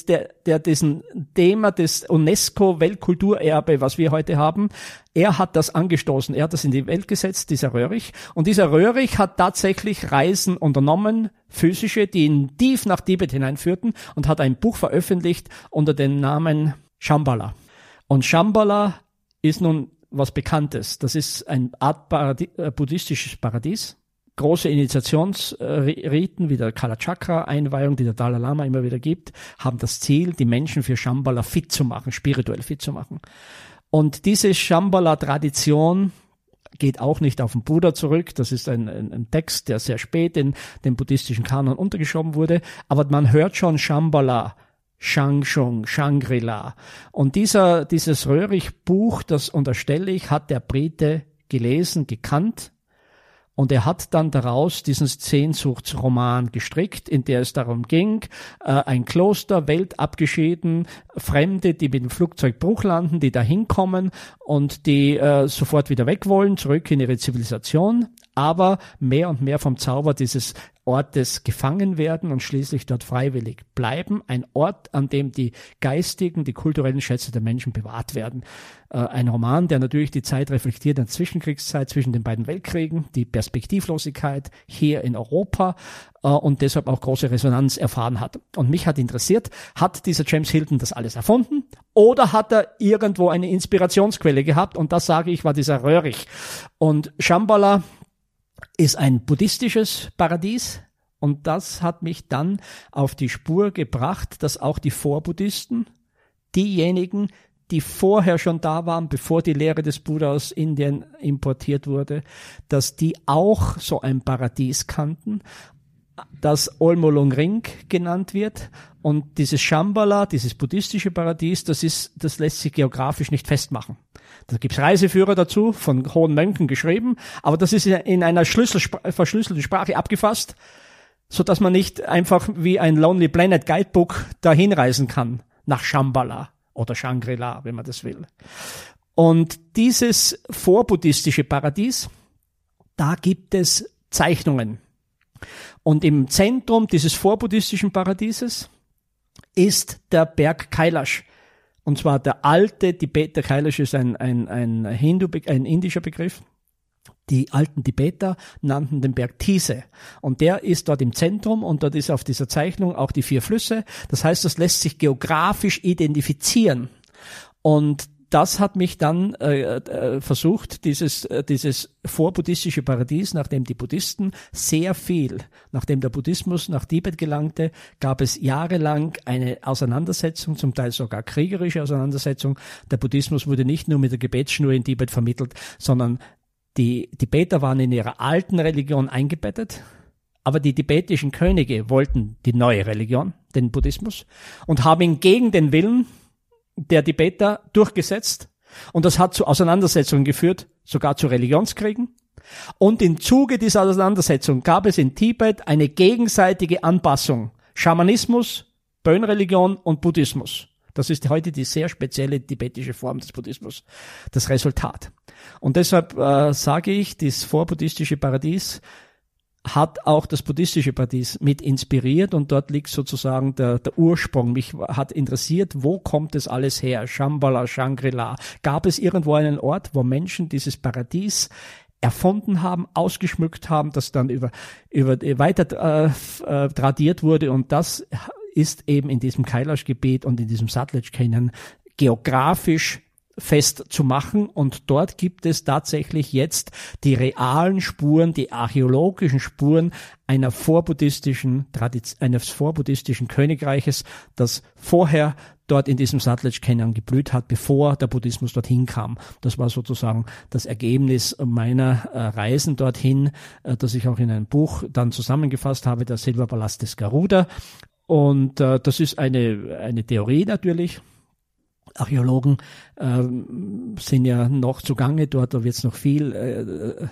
dessen Thema des UNESCO-Weltkulturerbe, was wir heute haben, er hat das angestoßen, er hat das in die Welt gesetzt, dieser Röhrig. Und dieser Röhrig hat tatsächlich Reisen unternommen, physische, die ihn tief nach Tibet hineinführten und hat ein Buch veröffentlicht unter dem Namen Shambhala. Und Shambhala ist nun was Bekanntes. Das ist eine Art buddhistisches Paradies. Große Initiationsriten wie der Kalachakra-Einweihung, die der Dalai Lama immer wieder gibt, haben das Ziel, die Menschen für Shambhala fit zu machen, spirituell fit zu machen. Und diese Shambhala-Tradition geht auch nicht auf den Buddha zurück. Das ist ein Text, der sehr spät in den buddhistischen Kanon untergeschoben wurde. Aber man hört schon Shambhala, Shangshung, Shangri-La. Und dieses Röhrig-Buch, das unterstelle ich, hat der Brite gelesen, gekannt. Und er hat dann daraus diesen Sehnsuchtsroman gestrickt, in der es darum ging, ein Kloster, weltabgeschieden, Fremde, die mit dem Flugzeug Bruch landen, die da hinkommen und die sofort wieder weg wollen, zurück in ihre Zivilisation, aber mehr und mehr vom Zauber dieses Ortes gefangen werden und schließlich dort freiwillig bleiben. Ein Ort, an dem die geistigen, die kulturellen Schätze der Menschen bewahrt werden. Ein Roman, der natürlich die Zeit reflektiert, in der Zwischenkriegszeit zwischen den beiden Weltkriegen, die Perspektivlosigkeit hier in Europa und deshalb auch große Resonanz erfahren hat. Und mich hat interessiert, hat dieser James Hilton das alles erfunden oder hat er irgendwo eine Inspirationsquelle gehabt? Und das, sage ich, war dieser Röhrig. Und Shambhala ist ein buddhistisches Paradies und das hat mich dann auf die Spur gebracht, dass auch die Vorbuddhisten, diejenigen, die vorher schon da waren, bevor die Lehre des Buddha aus Indien importiert wurde, dass die auch so ein Paradies kannten, das Olmolong-Ring genannt wird. Und dieses Shambhala, dieses buddhistische Paradies, das lässt sich geografisch nicht festmachen. Da gibt's Reiseführer dazu, von hohen Mönchen geschrieben, aber das ist in einer verschlüsselten Sprache abgefasst, so dass man nicht einfach wie ein Lonely Planet Guidebook dahin reisen kann, nach Shambhala oder Shangri-La, wenn man das will. Und dieses vorbuddhistische Paradies, da gibt es Zeichnungen. Und im Zentrum dieses vorbuddhistischen Paradieses ist der Berg Kailash. Und zwar der alte Tibeter. Kailash ist ein indischer Begriff. Die alten Tibeter nannten den Berg Thise. Und der ist dort im Zentrum und dort ist auf dieser Zeichnung auch die 4 Flüsse. Das heißt, das lässt sich geografisch identifizieren. Und das hat mich dann versucht, dieses vorbuddhistische Paradies, nachdem die Buddhisten nachdem der Buddhismus nach Tibet gelangte, gab es jahrelang eine Auseinandersetzung, zum Teil sogar kriegerische Auseinandersetzung. Der Buddhismus wurde nicht nur mit der Gebetsschnur in Tibet vermittelt, sondern die Tibeter waren in ihrer alten Religion eingebettet, aber die tibetischen Könige wollten die neue Religion, den Buddhismus, und haben ihn gegen den Willen der Tibeter durchgesetzt. Und das hat zu Auseinandersetzungen geführt, sogar zu Religionskriegen. Und im Zuge dieser Auseinandersetzung gab es in Tibet eine gegenseitige Anpassung. Schamanismus, Bön-Religion und Buddhismus. Das ist heute die sehr spezielle tibetische Form des Buddhismus. Das Resultat. Und deshalb sage ich, das vorbuddhistische Paradies hat auch das buddhistische Paradies mit inspiriert und dort liegt sozusagen der Ursprung. Mich hat interessiert, wo kommt das alles her? Shambhala, Shangri-La. Gab es irgendwo einen Ort, wo Menschen dieses Paradies erfunden haben, ausgeschmückt haben, das dann über weiter tradiert wurde, und das ist eben in diesem Kailash-Gebiet und in diesem Sutlej Canyon geografisch fest zu machen, und dort gibt es tatsächlich jetzt die realen Spuren, die archäologischen Spuren eines vorbuddhistischen Königreiches, das vorher dort in diesem Sutlej Canyon geblüht hat, bevor der Buddhismus dorthin kam. Das war sozusagen das Ergebnis meiner Reisen dorthin, das ich auch in einem Buch dann zusammengefasst habe, der Silberpalast des Garuda. Und das ist eine Theorie natürlich. Archäologen sind ja noch zugange dort, da wird es noch viel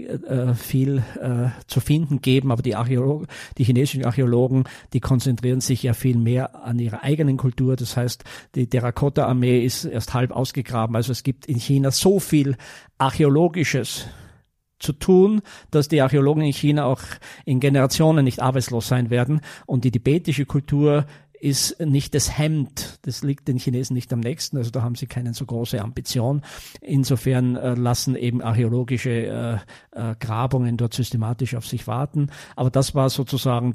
zu finden geben, aber die chinesischen Archäologen, die konzentrieren sich ja viel mehr an ihrer eigenen Kultur. Das heißt, die Terrakotta-Armee ist erst halb ausgegraben. Also es gibt in China so viel Archäologisches zu tun, dass die Archäologen in China auch in Generationen nicht arbeitslos sein werden, und die tibetische Kultur ist nicht das Hemd, das liegt den Chinesen nicht am nächsten, also da haben sie keine so große Ambition. Insofern lassen eben archäologische Grabungen dort systematisch auf sich warten. Aber das war sozusagen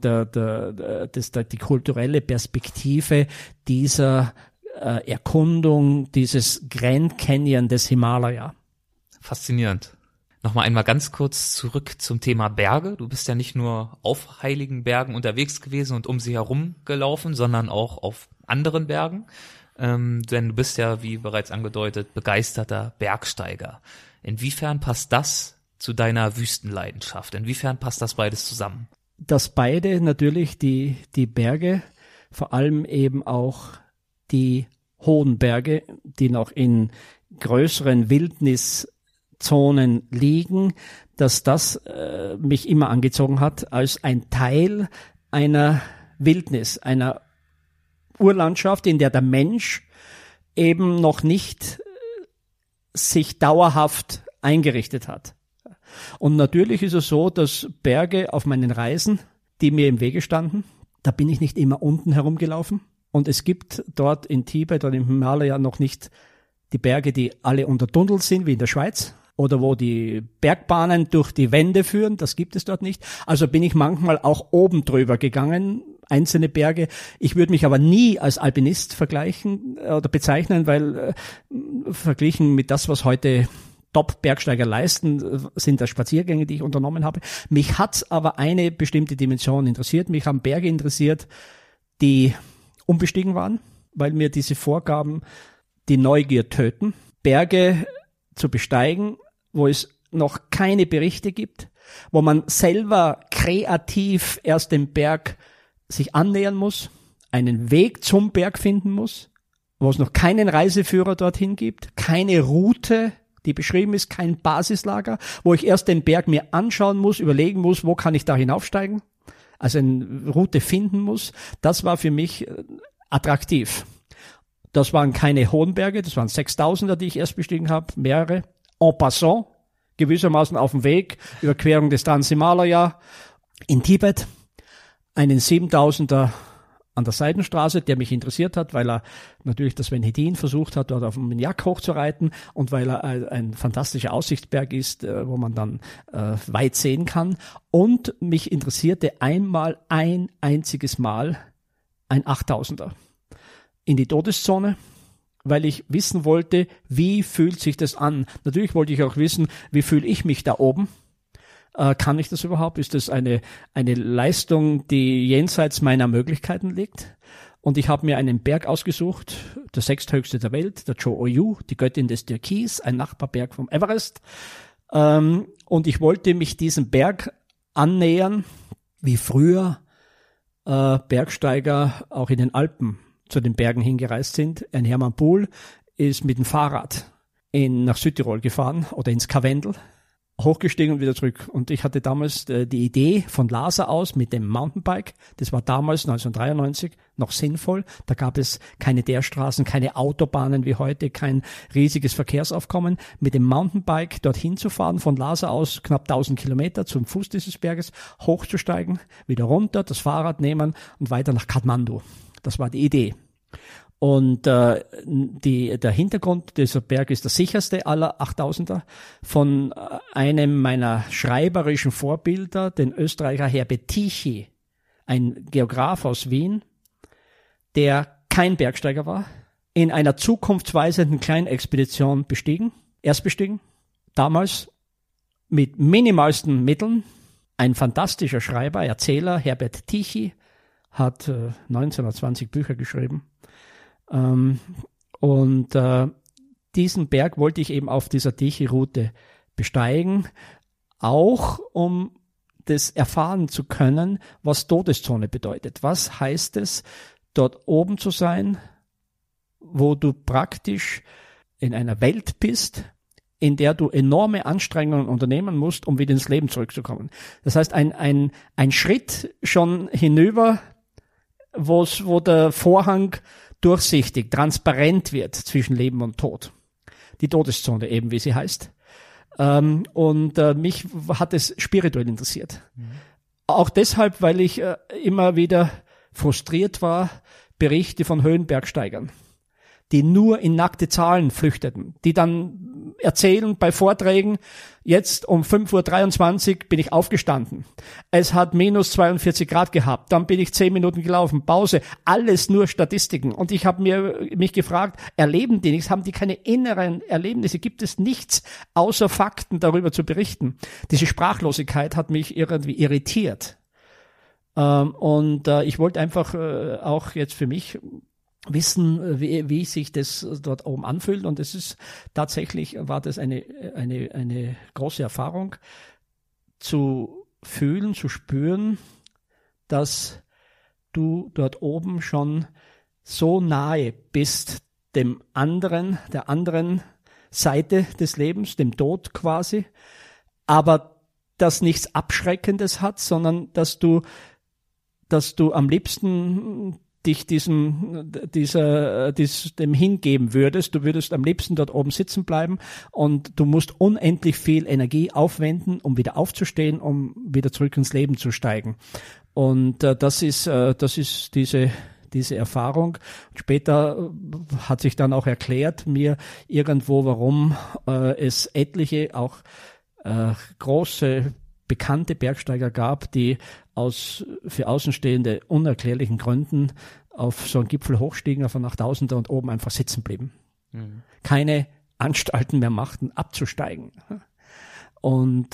die kulturelle Perspektive dieser Erkundung, dieses Grand Canyon des Himalaya. Faszinierend. Nochmal einmal ganz kurz zurück zum Thema Berge. Du bist ja nicht nur auf heiligen Bergen unterwegs gewesen und um sie herum gelaufen, sondern auch auf anderen Bergen. Denn du bist ja, wie bereits angedeutet, begeisterter Bergsteiger. Inwiefern passt das zu deiner Wüstenleidenschaft? Inwiefern passt das beides zusammen? Dass beide natürlich die Berge, vor allem eben auch die hohen Berge, die noch in größeren Wildniszonen liegen, dass das mich immer angezogen hat als ein Teil einer Wildnis, einer Urlandschaft, in der der Mensch eben noch nicht sich dauerhaft eingerichtet hat. Und natürlich ist es so, dass Berge auf meinen Reisen, die mir im Wege standen, da bin ich nicht immer unten herumgelaufen. Und es gibt dort in Tibet oder im Himalaya noch nicht die Berge, die alle untertunnelt sind, wie in der Schweiz, oder wo die Bergbahnen durch die Wände führen, das gibt es dort nicht. Also bin ich manchmal auch oben drüber gegangen, einzelne Berge. Ich würde mich aber nie als Alpinist vergleichen oder bezeichnen, weil verglichen mit das, was heute Top-Bergsteiger leisten, sind das Spaziergänge, die ich unternommen habe. Mich hat's aber eine bestimmte Dimension interessiert. Mich haben Berge interessiert, die unbestiegen waren, weil mir diese Vorgaben die Neugier töten. Berge zu besteigen, wo es noch keine Berichte gibt, wo man selber kreativ erst dem Berg sich annähern muss, einen Weg zum Berg finden muss, wo es noch keinen Reiseführer dorthin gibt, keine Route, die beschrieben ist, kein Basislager, wo ich erst den Berg mir anschauen muss, überlegen muss, wo kann ich da hinaufsteigen, also eine Route finden muss. Das war für mich attraktiv. Das waren keine hohen Berge, das waren 6000er, die ich erst bestiegen habe, mehrere, en passant, gewissermaßen auf dem Weg, Überquerung des Transhimalaya in Tibet, einen 7000er an der Seidenstraße, der mich interessiert hat, weil er natürlich das Sven Hedin versucht hat, dort auf dem Minyak hochzureiten und weil er ein fantastischer Aussichtsberg ist, wo man dann weit sehen kann. Und mich interessierte ein einziges Mal ein 8000er in die Todeszone, weil ich wissen wollte, wie fühlt sich das an. Natürlich wollte ich auch wissen, wie fühle ich mich da oben. Kann ich das überhaupt? Ist das eine Leistung, die jenseits meiner Möglichkeiten liegt? Und ich habe mir einen Berg ausgesucht, der 6. der Welt, der Cho-Oyu, die Göttin des Türkis, ein Nachbarberg vom Everest. Und ich wollte mich diesem Berg annähern, wie früher Bergsteiger auch in den Alpen zu den Bergen hingereist sind. Ein Hermann Pohl ist mit dem Fahrrad nach Südtirol gefahren oder ins Karwendel, hochgestiegen und wieder zurück. Und ich hatte damals die Idee von Lhasa aus mit dem Mountainbike. Das war damals 1993 noch sinnvoll. Da gab es keine Teerstraßen, keine Autobahnen wie heute, kein riesiges Verkehrsaufkommen. Mit dem Mountainbike dorthin zu fahren, von Lhasa aus knapp 1000 Kilometer zum Fuß dieses Berges, hochzusteigen, wieder runter, das Fahrrad nehmen und weiter nach Kathmandu. Das war die Idee. Und der Hintergrund, dieser Berg ist der sicherste aller 8000er von einem meiner schreiberischen Vorbilder, den Österreicher Herbert Tichy, ein Geograf aus Wien, der kein Bergsteiger war, in einer zukunftsweisenden Kleinexpedition erst bestiegen, damals mit minimalsten Mitteln, ein fantastischer Schreiber, Erzähler, Herbert Tichy, hat 19 oder 20 Bücher geschrieben. Diesen Berg wollte ich eben auf dieser Tichy-Route besteigen, auch um das erfahren zu können, was Todeszone bedeutet. Was heißt es, dort oben zu sein, wo du praktisch in einer Welt bist, in der du enorme Anstrengungen unternehmen musst, um wieder ins Leben zurückzukommen. Das heißt, ein Schritt schon hinüber, wo der Vorhang durchsichtig, transparent wird zwischen Leben und Tod. Die Todeszone eben, wie sie heißt. Mich hat es spirituell interessiert. Auch deshalb, weil ich immer wieder frustriert war, Berichte von Höhenbergsteigern, die nur in nackte Zahlen flüchteten, die dann erzählen bei Vorträgen, jetzt um 5:23 Uhr bin ich aufgestanden. Es hat minus 42 Grad gehabt, dann bin ich 10 Minuten gelaufen, Pause, alles nur Statistiken. Und ich habe mich gefragt, erleben die nichts, haben die keine inneren Erlebnisse, gibt es nichts außer Fakten darüber zu berichten? Diese Sprachlosigkeit hat mich irgendwie irritiert. Ich wollte einfach auch jetzt für mich wissen, wie sich das dort oben anfühlt. Und es ist tatsächlich, war das eine große Erfahrung, zu fühlen, zu spüren, dass du dort oben schon so nahe bist der anderen Seite des Lebens, dem Tod quasi, aber das nichts Abschreckendes hat, sondern dass du am liebsten dich dem hingeben würdest. Du würdest am liebsten dort oben sitzen bleiben und du musst unendlich viel Energie aufwenden, um wieder aufzustehen, um wieder zurück ins Leben zu steigen. Und das ist diese Erfahrung. Später hat sich dann auch erklärt mir irgendwo, warum es etliche auch große bekannte Bergsteiger gab, die für Außenstehende unerklärlichen Gründen auf so einen Gipfel hochstiegen, auf einen 8000er und oben einfach sitzen blieben. Mhm. Keine Anstalten mehr machten, abzusteigen. Und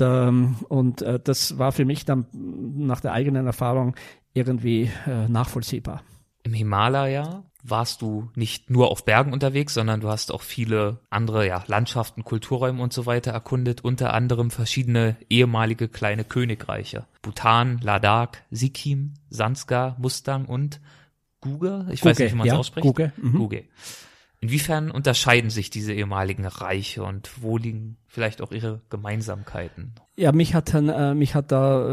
das war für mich dann nach der eigenen Erfahrung irgendwie nachvollziehbar. Im Himalaya warst du nicht nur auf Bergen unterwegs, sondern du hast auch viele andere Landschaften, Kulturräume und so weiter erkundet, unter anderem verschiedene ehemalige kleine Königreiche. Bhutan, Ladakh, Sikkim, Zanskar, Mustang und Guge. Ich weiß nicht, wie man es ausspricht. Guge. Mhm. Guge. Inwiefern unterscheiden sich diese ehemaligen Reiche und wo liegen vielleicht auch ihre Gemeinsamkeiten? Ja, mich hat da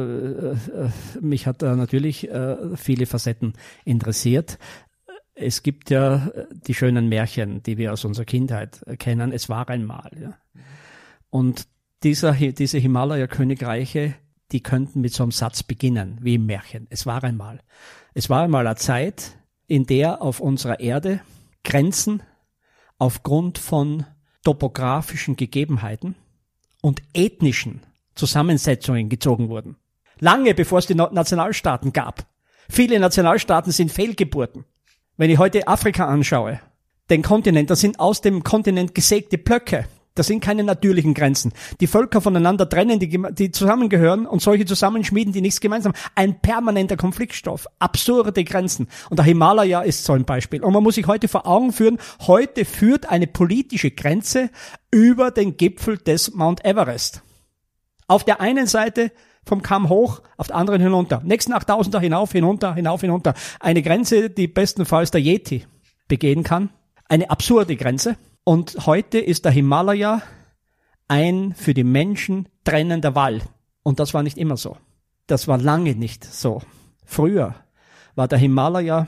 natürlich viele Facetten interessiert. Es gibt ja die schönen Märchen, die wir aus unserer Kindheit kennen. Es war einmal. Ja. Und diese Himalaya-Königreiche, die könnten mit so einem Satz beginnen, wie im Märchen. Es war einmal. Es war einmal eine Zeit, in der auf unserer Erde Grenzen aufgrund von topografischen Gegebenheiten und ethnischen Zusammensetzungen gezogen wurden. Lange bevor es die Nationalstaaten gab. Viele Nationalstaaten sind Fehlgeburten. Wenn ich heute Afrika anschaue, den Kontinent, das sind aus dem Kontinent gesägte Blöcke. Das sind keine natürlichen Grenzen. Die Völker voneinander trennen, die zusammengehören und solche zusammenschmieden, die nichts gemeinsam haben. Ein permanenter Konfliktstoff. Absurde Grenzen. Und der Himalaya ist so ein Beispiel. Und man muss sich heute vor Augen führen, heute führt eine politische Grenze über den Gipfel des Mount Everest. Auf der einen Seite vom Kamm hoch, auf der anderen hinunter. Nächsten 8000er hinauf, hinunter, hinauf, hinunter. Eine Grenze, die bestenfalls der Yeti begehen kann. Eine absurde Grenze. Und heute ist der Himalaya ein für die Menschen trennender Wall. Und das war nicht immer so. Das war lange nicht so. Früher war der Himalaya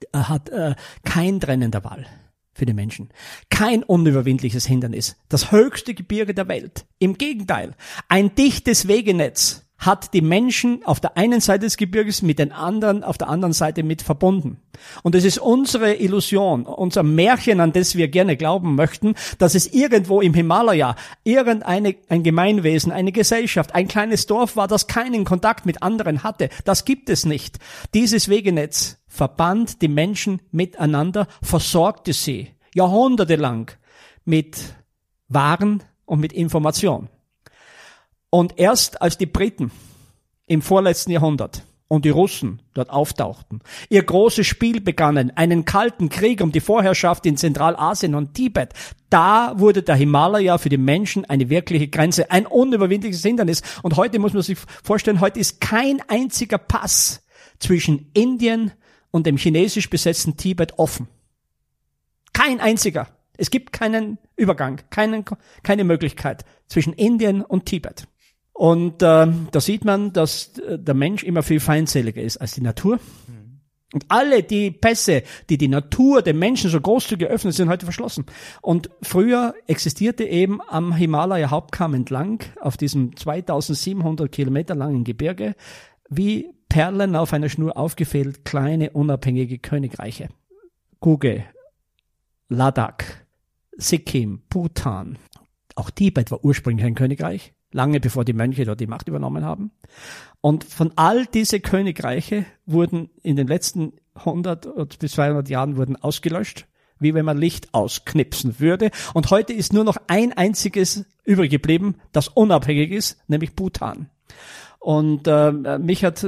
kein trennender Wall für die Menschen. Kein unüberwindliches Hindernis. Das höchste Gebirge der Welt. Im Gegenteil. Ein dichtes Wegenetz hat die Menschen auf der einen Seite des Gebirges mit den anderen auf der anderen Seite mit verbunden. Und es ist unsere Illusion, unser Märchen, an das wir gerne glauben möchten, dass es irgendwo im Himalaya ein Gemeinwesen, eine Gesellschaft, ein kleines Dorf war, das keinen Kontakt mit anderen hatte. Das gibt es nicht. Dieses Wegenetz verband die Menschen miteinander, versorgte sie jahrhundertelang mit Waren und mit Information. Und erst als die Briten im vorletzten Jahrhundert und die Russen dort auftauchten, ihr großes Spiel begannen, einen kalten Krieg um die Vorherrschaft in Zentralasien und Tibet, da wurde der Himalaya für die Menschen eine wirkliche Grenze, ein unüberwindliches Hindernis. Und heute muss man sich vorstellen, heute ist kein einziger Pass zwischen Indien und dem chinesisch besetzten Tibet offen. Kein einziger. Es gibt keinen Übergang, keine Möglichkeit zwischen Indien und Tibet. Und da sieht man, dass der Mensch immer viel feindseliger ist als die Natur. Und alle die Pässe, die die Natur dem Menschen so großzügig öffnet, sind heute verschlossen. Und früher existierte eben am Himalaya-Hauptkamm entlang, auf diesem 2700 Kilometer langen Gebirge, wie Perlen auf einer Schnur aufgefädelt, kleine, unabhängige Königreiche. Guge, Ladakh, Sikkim, Bhutan. Auch Tibet war ursprünglich ein Königreich, lange bevor die Mönche dort die Macht übernommen haben. Und von all diese Königreiche wurden in den letzten 100 bis 200 Jahren wurden ausgelöscht, wie wenn man Licht ausknipsen würde. Und heute ist nur noch ein einziges übrig geblieben, das unabhängig ist, nämlich Bhutan. Und haben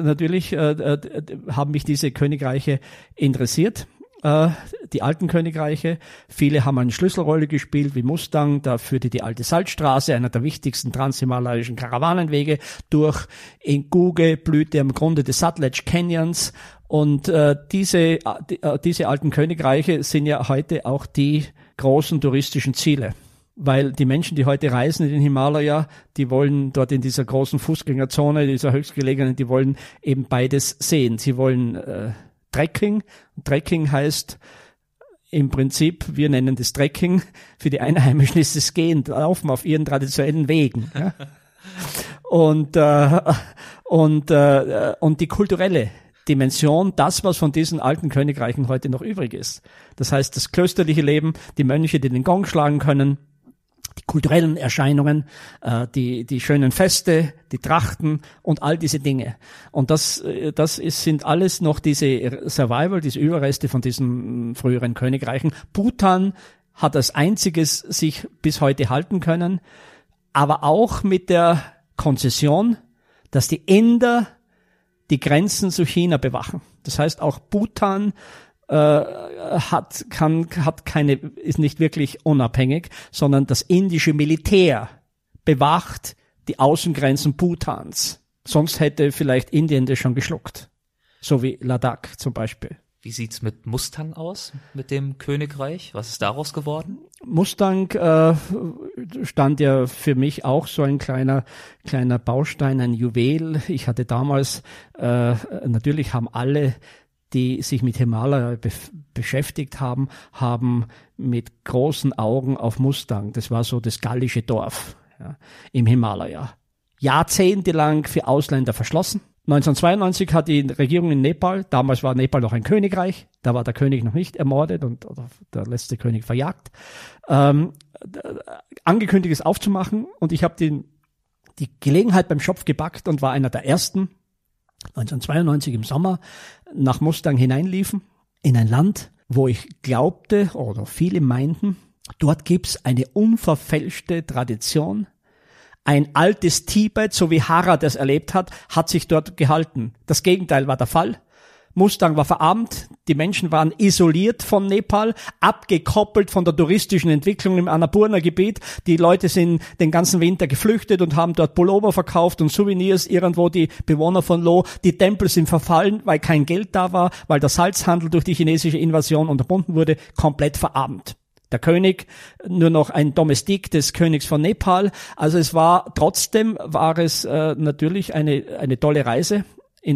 mich diese Königreiche interessiert. Die alten Königreiche, viele haben eine Schlüsselrolle gespielt, wie Mustang, da führte die alte Salzstraße, einer der wichtigsten transhimalayischen Karawanenwege, durch. In Guge blühte am Grunde des Sutlej Canyons, und diese alten Königreiche sind ja heute auch die großen touristischen Ziele. Weil die Menschen, die heute reisen in den Himalaya, die wollen dort in dieser großen Fußgängerzone, dieser höchstgelegenen, die wollen eben beides sehen. Sie wollen Trekking. Trekking heißt im Prinzip, wir nennen das Trekking, für die Einheimischen ist es Gehen, Laufen auf ihren traditionellen Wegen. Ja? Und die kulturelle Dimension, das, was von diesen alten Königreichen heute noch übrig ist. Das heißt, das klösterliche Leben, die Mönche, die den Gong schlagen können, die kulturellen Erscheinungen, die schönen Feste, die Trachten und all diese Dinge. Und sind alles noch diese Survival, diese Überreste von diesen früheren Königreichen. Bhutan hat als einziges sich bis heute halten können, aber auch mit der Konzession, dass die Inder die Grenzen zu China bewachen. Das heißt, auch Bhutan ist nicht wirklich unabhängig, sondern das indische Militär bewacht die Außengrenzen Bhutans. Sonst hätte vielleicht Indien das schon geschluckt. So wie Ladakh zum Beispiel. Wie sieht's mit Mustang aus, mit dem Königreich? Was ist daraus geworden? Mustang stand ja für mich auch so ein kleiner Baustein, ein Juwel. Ich hatte damals, natürlich haben alle, die sich mit Himalaya beschäftigt haben mit großen Augen auf Mustang. Das war so das gallische Dorf, ja, im Himalaya. Jahrzehntelang für Ausländer verschlossen. 1992 hat die Regierung in Nepal, damals war Nepal noch ein Königreich, da war der König noch nicht ermordet oder der letzte König verjagt, angekündigt, es aufzumachen, und ich habe die Gelegenheit beim Schopf gepackt und war einer der ersten, 1992 im Sommer, nach Mustang hineinliefen, in ein Land, wo ich glaubte, oder viele meinten, dort gibt's eine unverfälschte Tradition. Ein altes Tibet, so wie Hara das erlebt hat sich dort gehalten. Das Gegenteil war der Fall. Mustang war verarmt, die Menschen waren isoliert von Nepal, abgekoppelt von der touristischen Entwicklung im Annapurna-Gebiet. Die Leute sind den ganzen Winter geflüchtet und haben dort Pullover verkauft und Souvenirs irgendwo, die Bewohner von Lo. Die Tempel sind verfallen, weil kein Geld da war, weil der Salzhandel durch die chinesische Invasion unterbunden wurde, komplett verarmt. Der König, nur noch ein Domestik des Königs von Nepal. Also trotzdem war es natürlich eine tolle Reise in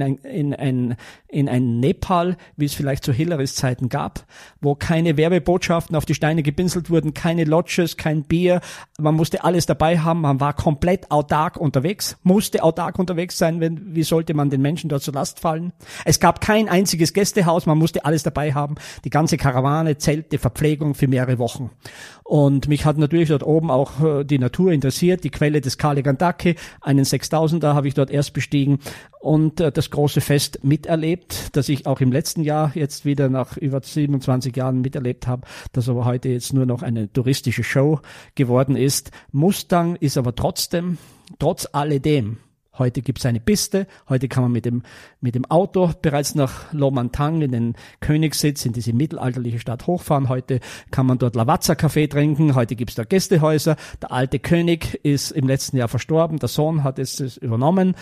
ein Nepal, wie es vielleicht zu Hillarys Zeiten gab, wo keine Werbebotschaften auf die Steine gepinselt wurden, keine Lodges, kein Bier. Man musste alles dabei haben. Man war komplett autark unterwegs, musste autark unterwegs sein. Wie sollte man den Menschen dort zur Last fallen? Es gab kein einziges Gästehaus. Man musste alles dabei haben. Die ganze Karawane, Zelte, Verpflegung für mehrere Wochen. Und mich hat natürlich dort oben auch die Natur interessiert, die Quelle des Kali Gandaki, einen 6000er habe ich dort erst bestiegen und das große Fest miterlebt, das ich auch im letzten Jahr jetzt wieder nach über 27 Jahren miterlebt habe, das aber heute jetzt nur noch eine touristische Show geworden ist. Mustang ist aber trotzdem, trotz alledem, heute gibt es eine Piste, heute kann man mit dem Auto bereits nach Lomantang in den Königssitz, in diese mittelalterliche Stadt hochfahren. Heute kann man dort Lavazza-Kaffee trinken, heute gibt es da Gästehäuser. Der alte König ist im letzten Jahr verstorben, der Sohn hat es übernommen.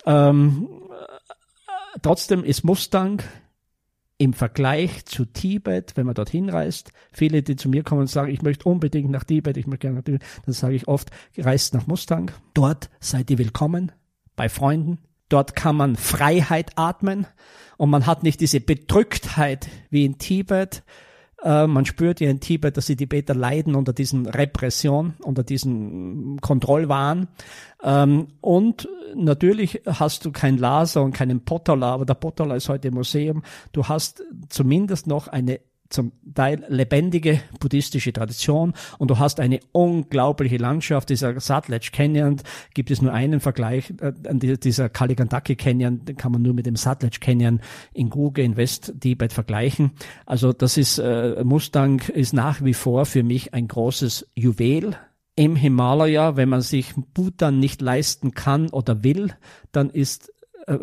Trotzdem ist Mustang im Vergleich zu Tibet, wenn man dorthin reist, viele, die zu mir kommen und sagen, ich möchte unbedingt nach Tibet, ich möchte gerne nach Tibet, dann sage ich oft, reist nach Mustang. Dort seid ihr willkommen. Bei Freunden. Dort kann man Freiheit atmen und man hat nicht diese Bedrücktheit wie in Tibet. Man spürt ja in Tibet, dass die Tibeter leiden unter diesen Repression, unter diesen Kontrollwahn. Und natürlich hast du kein Lhasa und keinen Potala, aber der Potala ist heute Museum. Du hast zumindest noch eine zum Teil lebendige buddhistische Tradition und du hast eine unglaubliche Landschaft. Dieser Sutlej Canyon, gibt es nur einen Vergleich, dieser Kali Gandaki Canyon, den kann man nur mit dem Sutlej Canyon in Guge in West-Tibet vergleichen. Also das ist, Mustang ist nach wie vor für mich ein großes Juwel im Himalaya. Wenn man sich Bhutan nicht leisten kann oder will, dann ist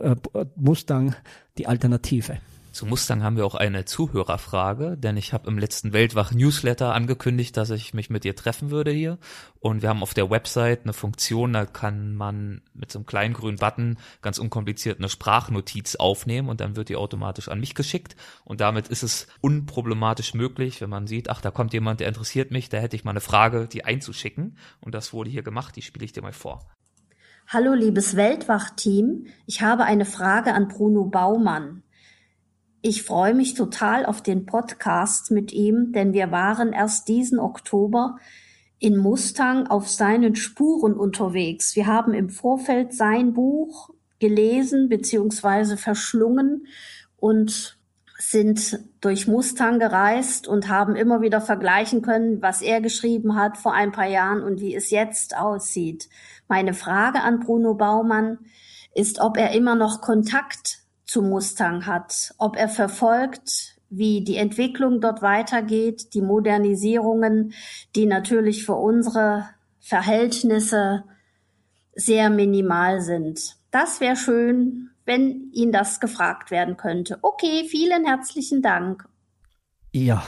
Mustang die Alternative. Zu Mustang haben wir auch eine Zuhörerfrage, denn ich habe im letzten Weltwach-Newsletter angekündigt, dass ich mich mit dir treffen würde hier. Und wir haben auf der Website eine Funktion, da kann man mit so einem kleinen grünen Button ganz unkompliziert eine Sprachnotiz aufnehmen und dann wird die automatisch an mich geschickt. Und damit ist es unproblematisch möglich, wenn man sieht, ach, da kommt jemand, der interessiert mich, da hätte ich mal eine Frage, die einzuschicken. Und das wurde hier gemacht, die spiele ich dir mal vor. Hallo liebes Weltwach-Team, ich habe eine Frage an Bruno Baumann. Ich freue mich total auf den Podcast mit ihm, denn wir waren erst diesen Oktober in Mustang auf seinen Spuren unterwegs. Wir haben im Vorfeld sein Buch gelesen bzw. verschlungen und sind durch Mustang gereist und haben immer wieder vergleichen können, was er geschrieben hat vor ein paar Jahren und wie es jetzt aussieht. Meine Frage an Bruno Baumann ist, ob er immer noch Kontakt zu Mustang hat, ob er verfolgt, wie die Entwicklung dort weitergeht, die Modernisierungen, die natürlich für unsere Verhältnisse sehr minimal sind. Das wäre schön, wenn ihn das gefragt werden könnte. Okay, vielen herzlichen Dank. Ja,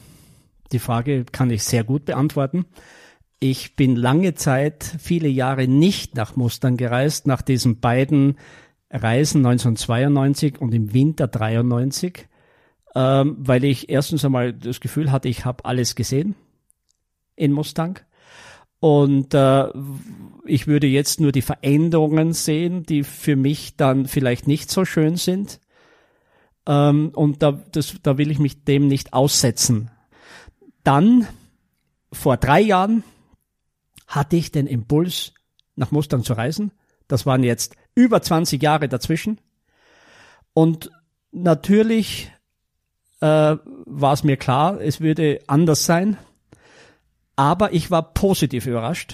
die Frage kann ich sehr gut beantworten. Ich bin lange Zeit, viele Jahre nicht nach Mustang gereist, nach diesen beiden Reisen 1992 und im Winter 93. weil ich erstens einmal das Gefühl hatte, ich habe alles gesehen in Mustang. Und ich würde jetzt nur die Veränderungen sehen, die für mich dann vielleicht nicht so schön sind. Und da will ich mich dem nicht aussetzen. Dann, vor 3 Jahren, hatte ich den Impuls, nach Mustang zu reisen. Das waren jetzt über 20 Jahre dazwischen. Und natürlich war es mir klar, es würde anders sein. Aber ich war positiv überrascht.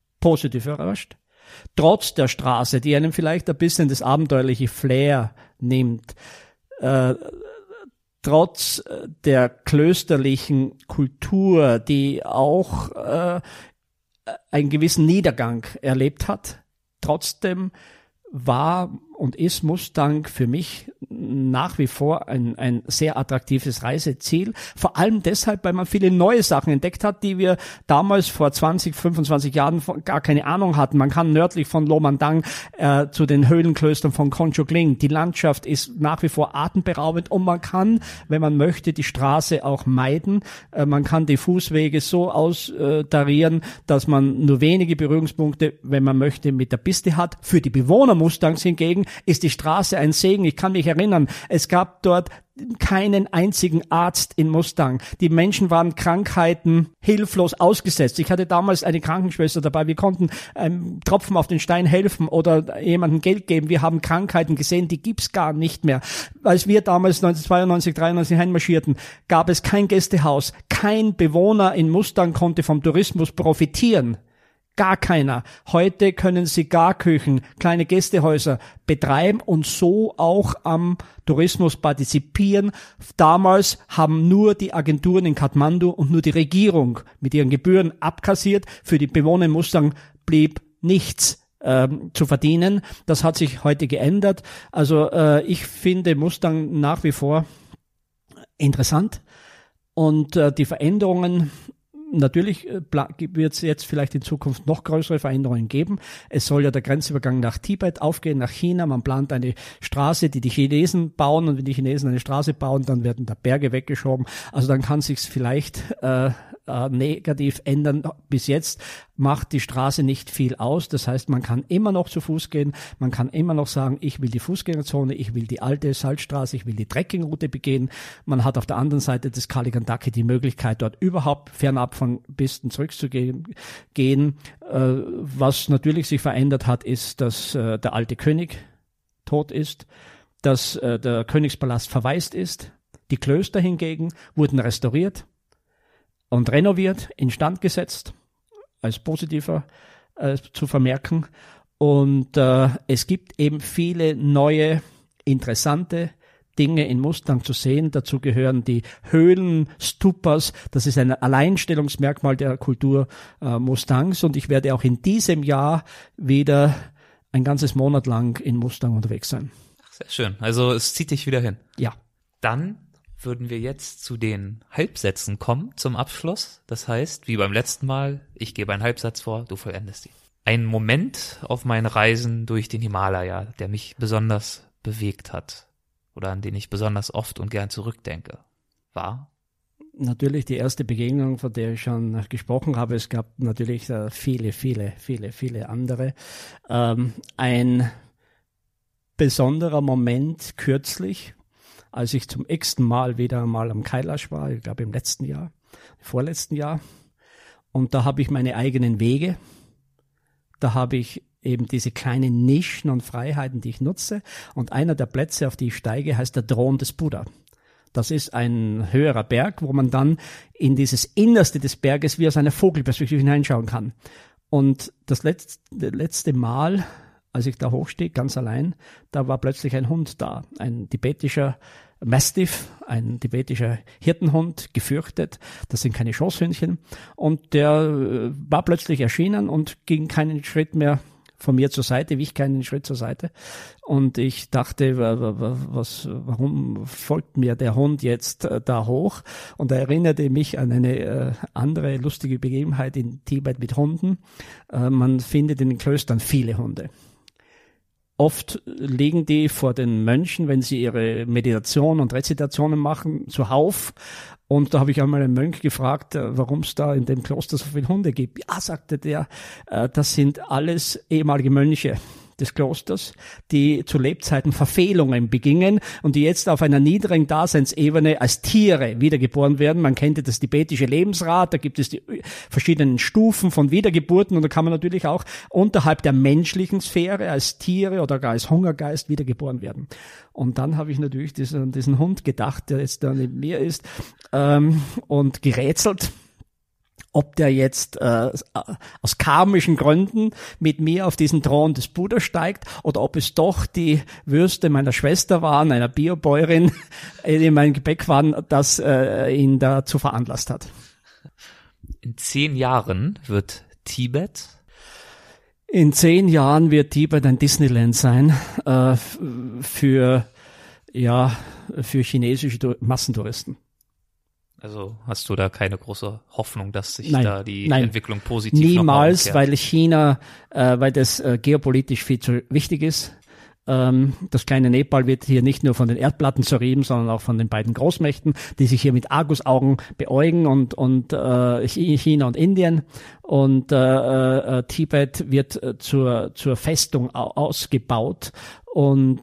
Trotz der Straße, die einem vielleicht ein bisschen das abenteuerliche Flair nimmt. Trotz der klösterlichen Kultur, die auch einen gewissen Niedergang erlebt hat. Trotzdem war und ist Mustang für mich nach wie vor ein sehr attraktives Reiseziel. Vor allem deshalb, weil man viele neue Sachen entdeckt hat, die wir damals vor 20, 25 Jahren gar keine Ahnung hatten. Man kann nördlich von Lomandang zu den Höhlenklöstern von Conchogling. Die Landschaft ist nach wie vor atemberaubend und man kann, wenn man möchte, die Straße auch meiden. Man kann die Fußwege so austarieren, dass man nur wenige Berührungspunkte, wenn man möchte, mit der Piste hat. Für die Bewohner Mustangs hingegen ist die Straße ein Segen. Ich kann mich erinnern, es gab dort keinen einzigen Arzt in Mustang. Die Menschen waren Krankheiten hilflos ausgesetzt. Ich hatte damals eine Krankenschwester dabei. Wir konnten einem Tropfen auf den Stein helfen oder jemandem Geld geben. Wir haben Krankheiten gesehen, die gibt's gar nicht mehr. Als wir damals 1992, 93 einmarschierten, gab es kein Gästehaus. Kein Bewohner in Mustang konnte vom Tourismus profitieren. Gar keiner. Heute können sie Garküchen, kleine Gästehäuser betreiben und so auch am Tourismus partizipieren. Damals haben nur die Agenturen in Kathmandu und nur die Regierung mit ihren Gebühren abkassiert. Für die Bewohner in Mustang blieb nichts zu verdienen. Das hat sich heute geändert. Also ich finde Mustang nach wie vor interessant und die Veränderungen. Natürlich wird es jetzt vielleicht in Zukunft noch größere Veränderungen geben. Es soll ja der Grenzübergang nach Tibet aufgehen, nach China. Man plant eine Straße, die Chinesen bauen. Und wenn die Chinesen eine Straße bauen, dann werden da Berge weggeschoben. Also dann kann sich's vielleicht negativ ändern. Bis jetzt macht die Straße nicht viel aus. Das heißt, man kann immer noch zu Fuß gehen. Man kann immer noch sagen, ich will die Fußgängerzone, ich will die alte Salzstraße, ich will die Trekkingroute begehen. Man hat auf der anderen Seite des Kaligandaki die Möglichkeit, dort überhaupt fernab von Pisten zurückzugehen. Was natürlich sich verändert hat, ist, dass der alte König tot ist, dass der Königspalast verwaist ist. Die Klöster hingegen wurden restauriert und renoviert, instand gesetzt, als positiver zu vermerken. Und es gibt eben viele neue, interessante Dinge in Mustang zu sehen. Dazu gehören die Höhlenstupas. Das ist ein Alleinstellungsmerkmal der Kultur Mustangs. Und ich werde auch in diesem Jahr wieder ein ganzes Monat lang in Mustang unterwegs sein. Ach, sehr schön. Also es zieht dich wieder hin. Ja. Dann würden wir jetzt zu den Halbsätzen kommen zum Abschluss. Das heißt, wie beim letzten Mal, ich gebe einen Halbsatz vor, du vollendest ihn. Ein Moment auf meinen Reisen durch den Himalaya, der mich besonders bewegt hat oder an den ich besonders oft und gern zurückdenke, war? Natürlich die erste Begegnung, von der ich schon gesprochen habe. Es gab natürlich viele andere. Ein besonderer Moment kürzlich, als ich zum x-ten Mal wieder mal am Kailash war, ich glaube im vorletzten Jahr. Und da habe ich meine eigenen Wege. Da habe ich eben diese kleinen Nischen und Freiheiten, die ich nutze. Und einer der Plätze, auf die ich steige, heißt der Thron des Buddha. Das ist ein höherer Berg, wo man dann in dieses Innerste des Berges wie aus einer Vogelperspektive hineinschauen kann. Und das letzte Mal, als ich da hochstieg, ganz allein, da war plötzlich ein Hund da, ein tibetischer Mastiff, ein tibetischer Hirtenhund, gefürchtet. Das sind keine Schosshündchen. Und der war plötzlich erschienen und ging keinen Schritt mehr von mir zur Seite, wich keinen Schritt zur Seite. Und ich dachte, warum folgt mir der Hund jetzt da hoch? Und er erinnerte mich an eine andere lustige Begebenheit in Tibet mit Hunden. Man findet in den Klöstern viele Hunde. Oft liegen die vor den Mönchen, wenn sie ihre Meditation und Rezitationen machen, zuhauf. Und da habe ich einmal einen Mönch gefragt, warum es da in dem Kloster so viele Hunde gibt. Ja, sagte der, das sind alles ehemalige Mönche des Klosters, die zu Lebzeiten Verfehlungen begingen und die jetzt auf einer niedrigen Daseinsebene als Tiere wiedergeboren werden. Man kennt das tibetische Lebensrad, da gibt es die verschiedenen Stufen von Wiedergeburten und da kann man natürlich auch unterhalb der menschlichen Sphäre als Tiere oder gar als Hungergeist wiedergeboren werden. Und dann habe ich natürlich diesen Hund gedacht, der jetzt da neben mir ist, und gerätselt, ob der jetzt aus karmischen Gründen mit mir auf diesen Thron des Buddha steigt oder ob es doch die Würste meiner Schwester waren, einer Biobäuerin, die in meinem Gepäck waren, das ihn dazu veranlasst hat. In 10 Jahren wird Tibet? In 10 Jahren wird Tibet ein Disneyland sein für chinesische Massentouristen. Also hast du da keine große Hoffnung, dass sich da die Entwicklung positiv niemals, weil China, weil das geopolitisch viel zu wichtig ist. Das kleine Nepal wird hier nicht nur von den Erdplatten zerrieben, sondern auch von den beiden Großmächten, die sich hier mit Argusaugen beäugen und China und Indien. Und Tibet wird zur Festung ausgebaut und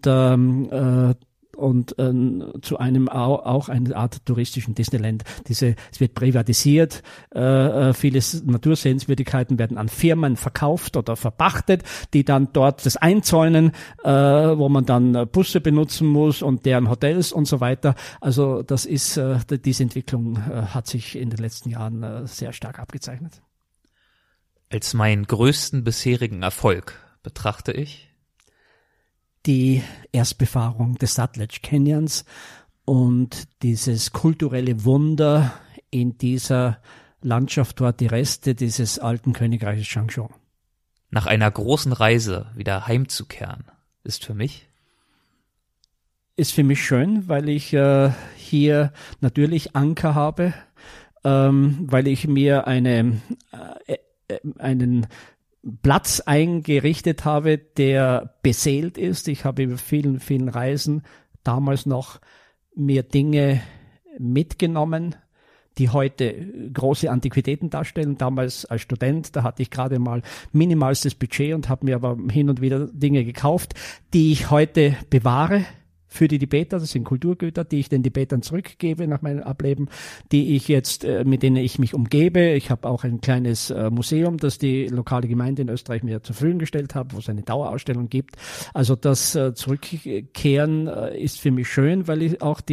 zu einem auch eine Art touristischen Disneyland. Es wird privatisiert, viele Natursehenswürdigkeiten werden an Firmen verkauft oder verpachtet, die dann dort das einzäunen, wo man dann Busse benutzen muss und deren Hotels und so weiter. Also das ist, diese Entwicklung hat sich in den letzten Jahren sehr stark abgezeichnet. Als meinen größten bisherigen Erfolg betrachte ich die Erstbefahrung des Sutlej Canyons und dieses kulturelle Wunder in dieser Landschaft dort, die Reste dieses alten Königreiches Changsha. Nach einer großen Reise wieder heimzukehren, ist für mich schön, weil ich hier natürlich Anker habe, weil ich mir einen Platz eingerichtet habe, der beseelt ist. Ich habe über vielen, vielen Reisen damals noch mir Dinge mitgenommen, die heute große Antiquitäten darstellen. Damals als Student, da hatte ich gerade mal minimalstes Budget und habe mir aber hin und wieder Dinge gekauft, die ich heute bewahre für die Tibeter. Das sind Kulturgüter, die ich den Tibetern zurückgebe nach meinem Ableben, die ich jetzt, mit denen ich mich umgebe. Ich habe auch ein kleines Museum, das die lokale Gemeinde in Österreich mir zur Verfügung gestellt hat, wo es eine Dauerausstellung gibt. Also das Zurückkehren ist für mich schön, weil ich auch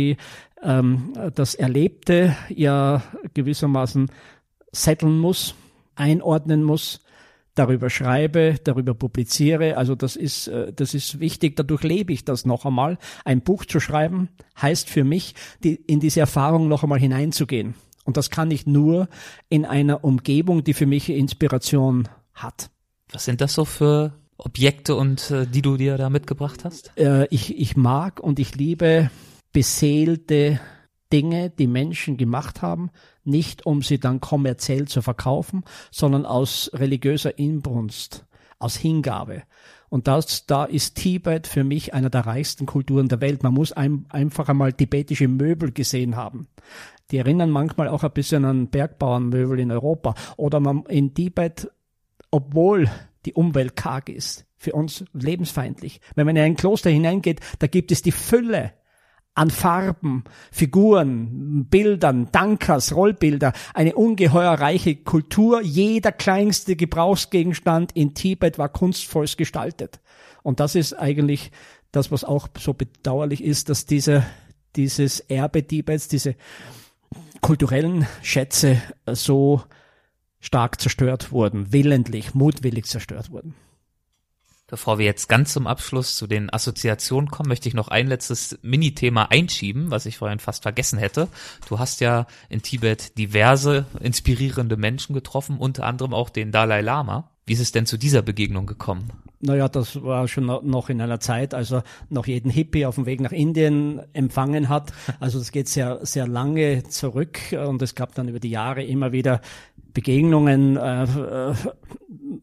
das Erlebte ja gewissermaßen setteln muss, einordnen muss, darüber schreibe, darüber publiziere. Also das ist wichtig. Dadurch lebe ich das noch einmal. Ein Buch zu schreiben heißt für mich, in diese Erfahrung noch einmal hineinzugehen. Und das kann ich nur in einer Umgebung, die für mich Inspiration hat. Was sind das so für Objekte und die du dir da mitgebracht hast? Ich mag und ich liebe beseelte Dinge, die Menschen gemacht haben, nicht um sie dann kommerziell zu verkaufen, sondern aus religiöser Inbrunst, aus Hingabe. Und da ist Tibet für mich einer der reichsten Kulturen der Welt. Man muss einfach einmal tibetische Möbel gesehen haben. Die erinnern manchmal auch ein bisschen an Bergbauernmöbel in Europa. Oder man in Tibet, obwohl die Umwelt karg ist, für uns lebensfeindlich. Wenn man in ein Kloster hineingeht, da gibt es die Fülle an Farben, Figuren, Bildern, Dankas, Rollbilder, eine ungeheuer reiche Kultur. Jeder kleinste Gebrauchsgegenstand in Tibet war kunstvoll gestaltet. Und das ist eigentlich das, was auch so bedauerlich ist, dass dieses Erbe Tibets, diese kulturellen Schätze so stark zerstört wurden, mutwillig zerstört wurden. Bevor wir jetzt ganz zum Abschluss zu den Assoziationen kommen, möchte ich noch ein letztes Mini-Thema einschieben, was ich vorhin fast vergessen hätte. Du hast ja in Tibet diverse inspirierende Menschen getroffen, unter anderem auch den Dalai Lama. Wie ist es denn zu dieser Begegnung gekommen? Naja, das war schon noch in einer Zeit, als er noch jeden Hippie auf dem Weg nach Indien empfangen hat. Also das geht sehr, sehr lange zurück und es gab dann über die Jahre immer wieder Begegnungen.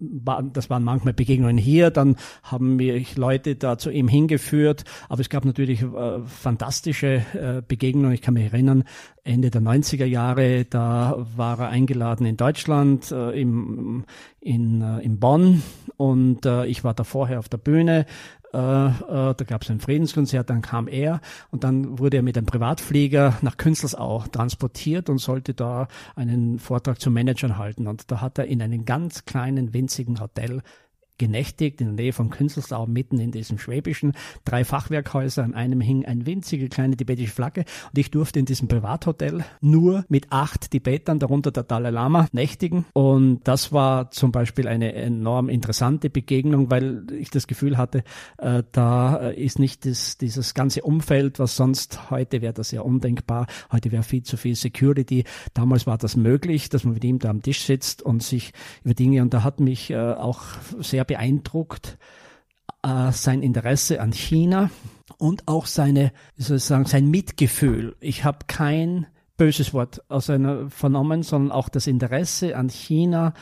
das waren manchmal Begegnungen hier, dann haben mich Leute da zu ihm hingeführt, aber es gab natürlich fantastische Begegnungen. Ich kann mich erinnern, Ende der 90er Jahre, da war er eingeladen in Deutschland, in Bonn, und ich war da vorher auf der Bühne. Da gab es ein Friedenskonzert, dann kam er und dann wurde er mit einem Privatflieger nach Künzelsau transportiert und sollte da einen Vortrag zu Managern halten. Und da hat er in einem ganz kleinen, winzigen Hotel genächtigt, in der Nähe von Künzelsau, mitten in diesem Schwäbischen, 3 Fachwerkhäuser, an einem hing eine winzige kleine tibetische Flagge und ich durfte in diesem Privathotel nur mit 8 Tibetern, darunter der Dalai Lama, nächtigen, und das war zum Beispiel eine enorm interessante Begegnung, weil ich das Gefühl hatte, da ist nicht dieses ganze Umfeld, was sonst, heute wäre das ja undenkbar, heute wäre viel zu viel Security, damals war das möglich, dass man mit ihm da am Tisch sitzt und sich über Dinge, und da hat mich auch sehr beeindruckt sein Interesse an China und auch sein Mitgefühl. Ich habe kein böses Wort aus einer vernommen, sondern auch das Interesse an China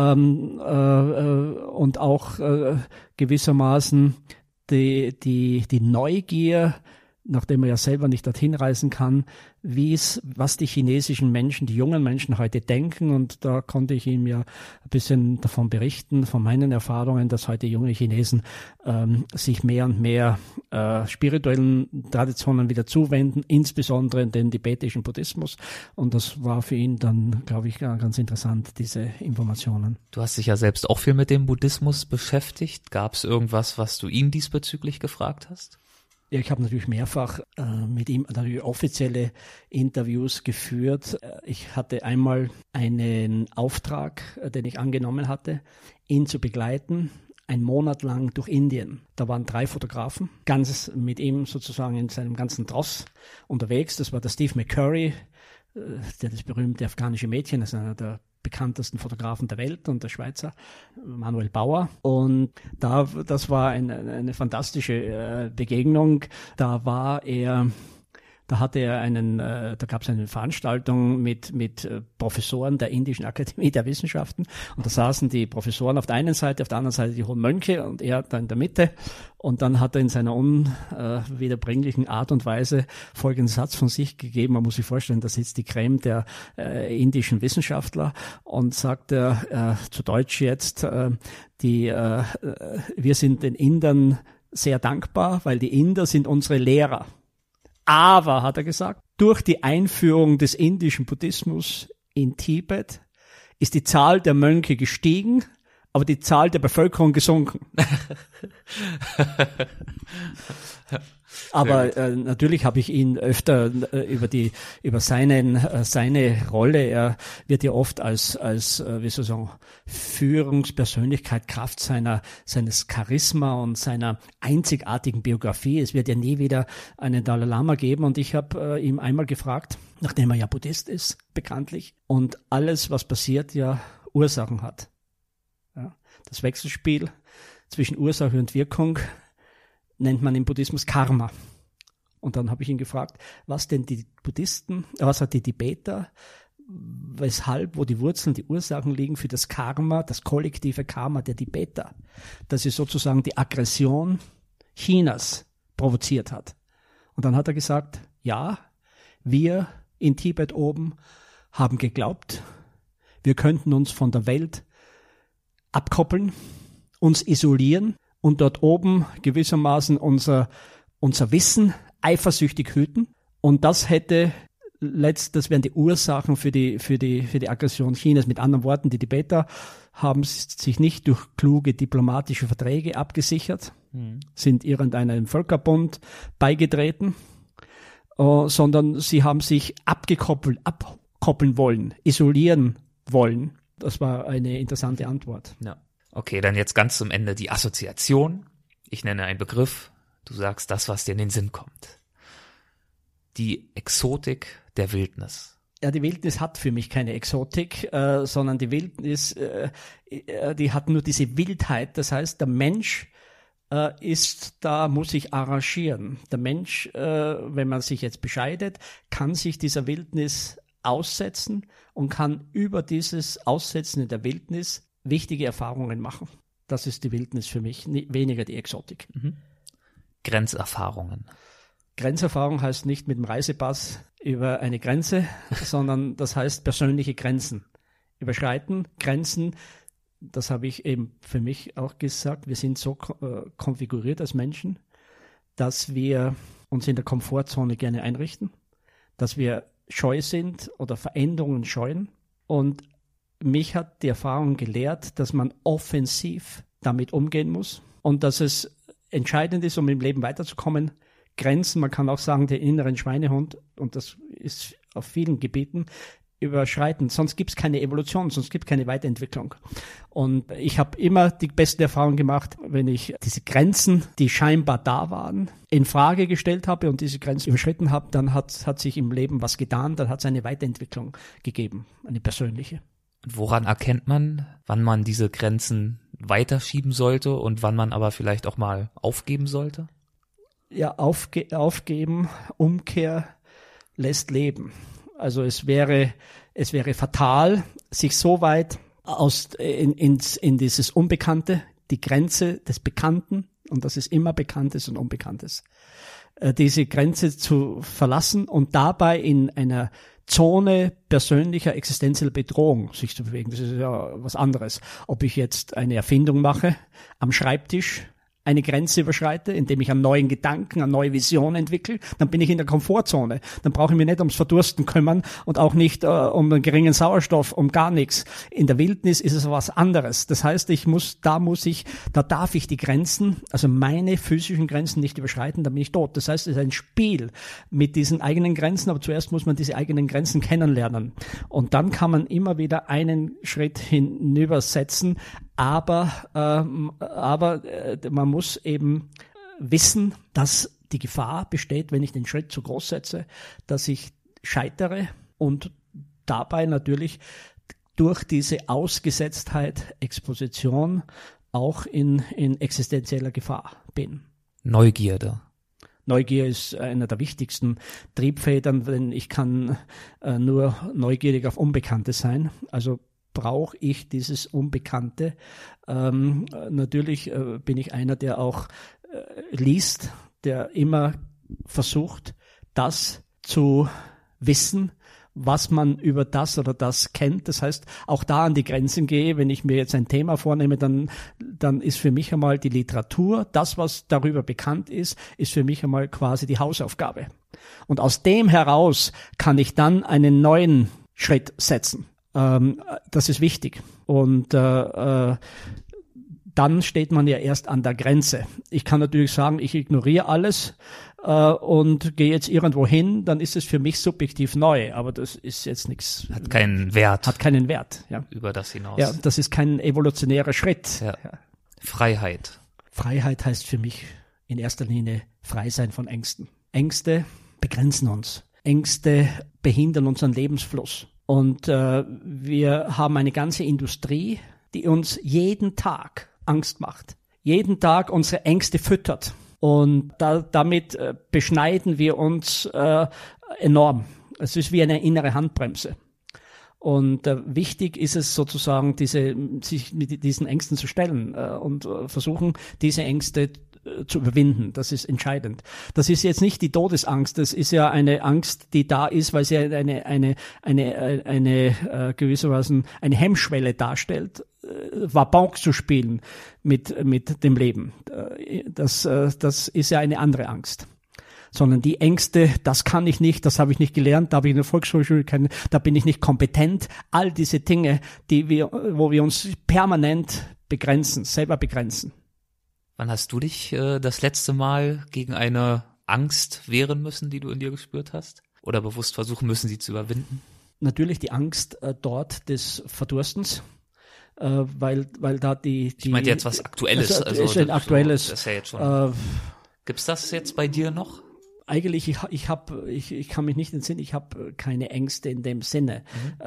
und auch gewissermaßen die Neugier, nachdem er ja selber nicht dorthin reisen kann, was die chinesischen Menschen, die jungen Menschen heute denken. Und da konnte ich ihm ja ein bisschen davon berichten, von meinen Erfahrungen, dass heute junge Chinesen sich mehr und mehr spirituellen Traditionen wieder zuwenden, insbesondere den tibetischen Buddhismus. Und das war für ihn dann, glaube ich, ganz interessant, diese Informationen. Du hast dich ja selbst auch viel mit dem Buddhismus beschäftigt. Gab es irgendwas, was du ihn diesbezüglich gefragt hast? Ja, ich habe natürlich mehrfach mit ihm natürlich offizielle Interviews geführt. Ich hatte einmal einen Auftrag, den ich angenommen hatte, ihn zu begleiten, 1 Monat lang durch Indien. Da waren 3 Fotografen, ganz mit ihm sozusagen in seinem ganzen Tross unterwegs. Das war der Steve McCurry, das berühmte afghanische Mädchen, das ist einer der bekanntesten Fotografen der Welt, und der Schweizer Manuel Bauer. Und das war eine fantastische Begegnung. Da gab es eine Veranstaltung mit Professoren der Indischen Akademie der Wissenschaften, und da saßen die Professoren auf der einen Seite, auf der anderen Seite die hohen Mönche und er da in der Mitte, und dann hat er in seiner unwiederbringlichen Art und Weise folgenden Satz von sich gegeben. Man muss sich vorstellen, da sitzt die Creme der indischen Wissenschaftler, und sagt zu Deutsch jetzt, wir sind den Indern sehr dankbar, weil die Inder sind unsere Lehrer. Aber, hat er gesagt, durch die Einführung des indischen Buddhismus in Tibet ist die Zahl der Mönche gestiegen, aber die Zahl der Bevölkerung gesunken. Aber natürlich habe ich ihn öfter über seine Rolle, er wird ja oft als wie soll ich sagen, Führungspersönlichkeit Kraft seines Charisma und seiner einzigartigen Biografie. Es wird ja nie wieder einen Dalai Lama geben, und ich habe ihm einmal gefragt, nachdem er ja Buddhist ist, bekanntlich, und alles, was passiert, ja Ursachen hat. Ja, das Wechselspiel zwischen Ursache und Wirkung nennt man im Buddhismus Karma. Und dann habe ich ihn gefragt, was denn die Buddhisten, was hat die Tibeter, wo die Wurzeln, die Ursachen liegen für das Karma, das kollektive Karma der Tibeter, das sie sozusagen die Aggression Chinas provoziert hat. Und dann hat er gesagt, ja, wir in Tibet oben haben geglaubt, wir könnten uns von der Welt abkoppeln, uns isolieren und dort oben gewissermaßen unser Wissen eifersüchtig hüten. Und das wären die Ursachen für die Aggression Chinas. Mit anderen Worten, die Tibeter haben sich nicht durch kluge diplomatische Verträge abgesichert, sind irgendeinem Völkerbund beigetreten, sondern sie haben sich abkoppeln wollen, isolieren wollen. Das war eine interessante Antwort. Ja. Okay, dann jetzt ganz zum Ende die Assoziation. Ich nenne einen Begriff, du sagst das, was dir in den Sinn kommt. Die Exotik der Wildnis. Ja, die Wildnis hat für mich keine Exotik, sondern die Wildnis, die hat nur diese Wildheit. Das heißt, der Mensch muss sich arrangieren. Der Mensch, wenn man sich jetzt bescheidet, kann sich dieser Wildnis aussetzen und kann über dieses Aussetzen in der Wildnis wichtige Erfahrungen machen. Das ist die Wildnis für mich, weniger die Exotik. Grenzerfahrungen. Grenzerfahrung heißt nicht mit dem Reisepass über eine Grenze, sondern das heißt persönliche Grenzen überschreiten. Grenzen, das habe ich eben für mich auch gesagt, wir sind so konfiguriert als Menschen, dass wir uns in der Komfortzone gerne einrichten, dass wir scheu sind oder Veränderungen scheuen. Und mich hat die Erfahrung gelehrt, dass man offensiv damit umgehen muss und dass es entscheidend ist, um im Leben weiterzukommen, Grenzen, man kann auch sagen, den inneren Schweinehund, und das ist auf vielen Gebieten, überschreiten. Sonst gibt es keine Evolution, sonst gibt es keine Weiterentwicklung. Und ich habe immer die besten Erfahrungen gemacht, wenn ich diese Grenzen, die scheinbar da waren, in Frage gestellt habe und diese Grenzen überschritten habe, dann hat sich im Leben was getan, dann hat es eine Weiterentwicklung gegeben, eine persönliche. Und woran erkennt man, wann man diese Grenzen weiterschieben sollte und wann man aber vielleicht auch mal aufgeben sollte? Ja, aufgeben, Umkehr lässt leben. Also es wäre fatal, sich so weit in dieses Unbekannte, die Grenze des Bekannten, und das ist immer Bekanntes und Unbekanntes, diese Grenze zu verlassen und dabei in einer Zone persönlicher existenzieller Bedrohung sich zu bewegen. Das ist ja was anderes. Ob ich jetzt eine Erfindung mache am Schreibtisch, eine Grenze überschreite, indem ich einen neuen Gedanken, eine neue Vision entwickle, dann bin ich in der Komfortzone. Dann brauche ich mich nicht ums Verdursten kümmern und auch nicht um einen geringen Sauerstoff, um gar nichts. In der Wildnis ist es was anderes. Das heißt, da darf ich die Grenzen, also meine physischen Grenzen nicht überschreiten, dann bin ich tot. Das heißt, es ist ein Spiel mit diesen eigenen Grenzen, aber zuerst muss man diese eigenen Grenzen kennenlernen. Und dann kann man immer wieder einen Schritt hinübersetzen, aber man muss eben wissen, dass die Gefahr besteht, wenn ich den Schritt zu groß setze, dass ich scheitere und dabei natürlich durch diese Ausgesetztheit, Exposition auch in existenzieller Gefahr bin. Neugierde. Neugier ist einer der wichtigsten Triebfedern, denn ich kann nur neugierig auf Unbekanntes sein. Also brauche ich dieses Unbekannte. Natürlich bin ich einer, der auch liest, der immer versucht, das zu wissen, was man über das oder das kennt. Das heißt, auch da an die Grenzen gehe. Wenn ich mir jetzt ein Thema vornehme, dann ist für mich einmal die Literatur, das, was darüber bekannt ist für mich einmal quasi die Hausaufgabe. Und aus dem heraus kann ich dann einen neuen Schritt setzen. Das ist wichtig. Und dann steht man ja erst an der Grenze. Ich kann natürlich sagen, ich ignoriere alles und gehe jetzt irgendwo hin, dann ist es für mich subjektiv neu, aber das ist jetzt nichts. Hat keinen Wert. Hat keinen Wert, ja. Über das hinaus. Ja, das ist kein evolutionärer Schritt. Ja. Freiheit. Freiheit heißt für mich in erster Linie frei sein von Ängsten. Ängste begrenzen uns. Ängste behindern unseren Lebensfluss. Und wir haben eine ganze Industrie, die uns jeden Tag Angst macht. Jeden Tag unsere Ängste füttert. Und damit beschneiden wir uns enorm. Es ist wie eine innere Handbremse. Und wichtig ist es sozusagen, sich mit diesen Ängsten zu stellen und versuchen, diese Ängste zu überwinden. Das ist entscheidend. Das ist jetzt nicht die Todesangst. Das ist ja eine Angst, die da ist, weil sie eine gewissermaßen eine Hemmschwelle darstellt, Wabonk zu spielen mit dem Leben. Das ist ja eine andere Angst. Sondern die Ängste, das kann ich nicht, das habe ich nicht gelernt, da habe ich in der Volkshochschule keine, da bin ich nicht kompetent. All diese Dinge, wo wir uns permanent begrenzen, selber begrenzen. Wann hast du dich das letzte Mal gegen eine Angst wehren müssen, die du in dir gespürt hast? Oder bewusst versuchen müssen, sie zu überwinden? Natürlich die Angst dort des Verdurstens, weil da die ich meinte jetzt was Aktuelles. Also ist ein aktuelles. Das ist ja jetzt schon. Gibt's das jetzt bei dir noch? Eigentlich, ich kann mich nicht entsinnen, ich habe keine Ängste in dem Sinne.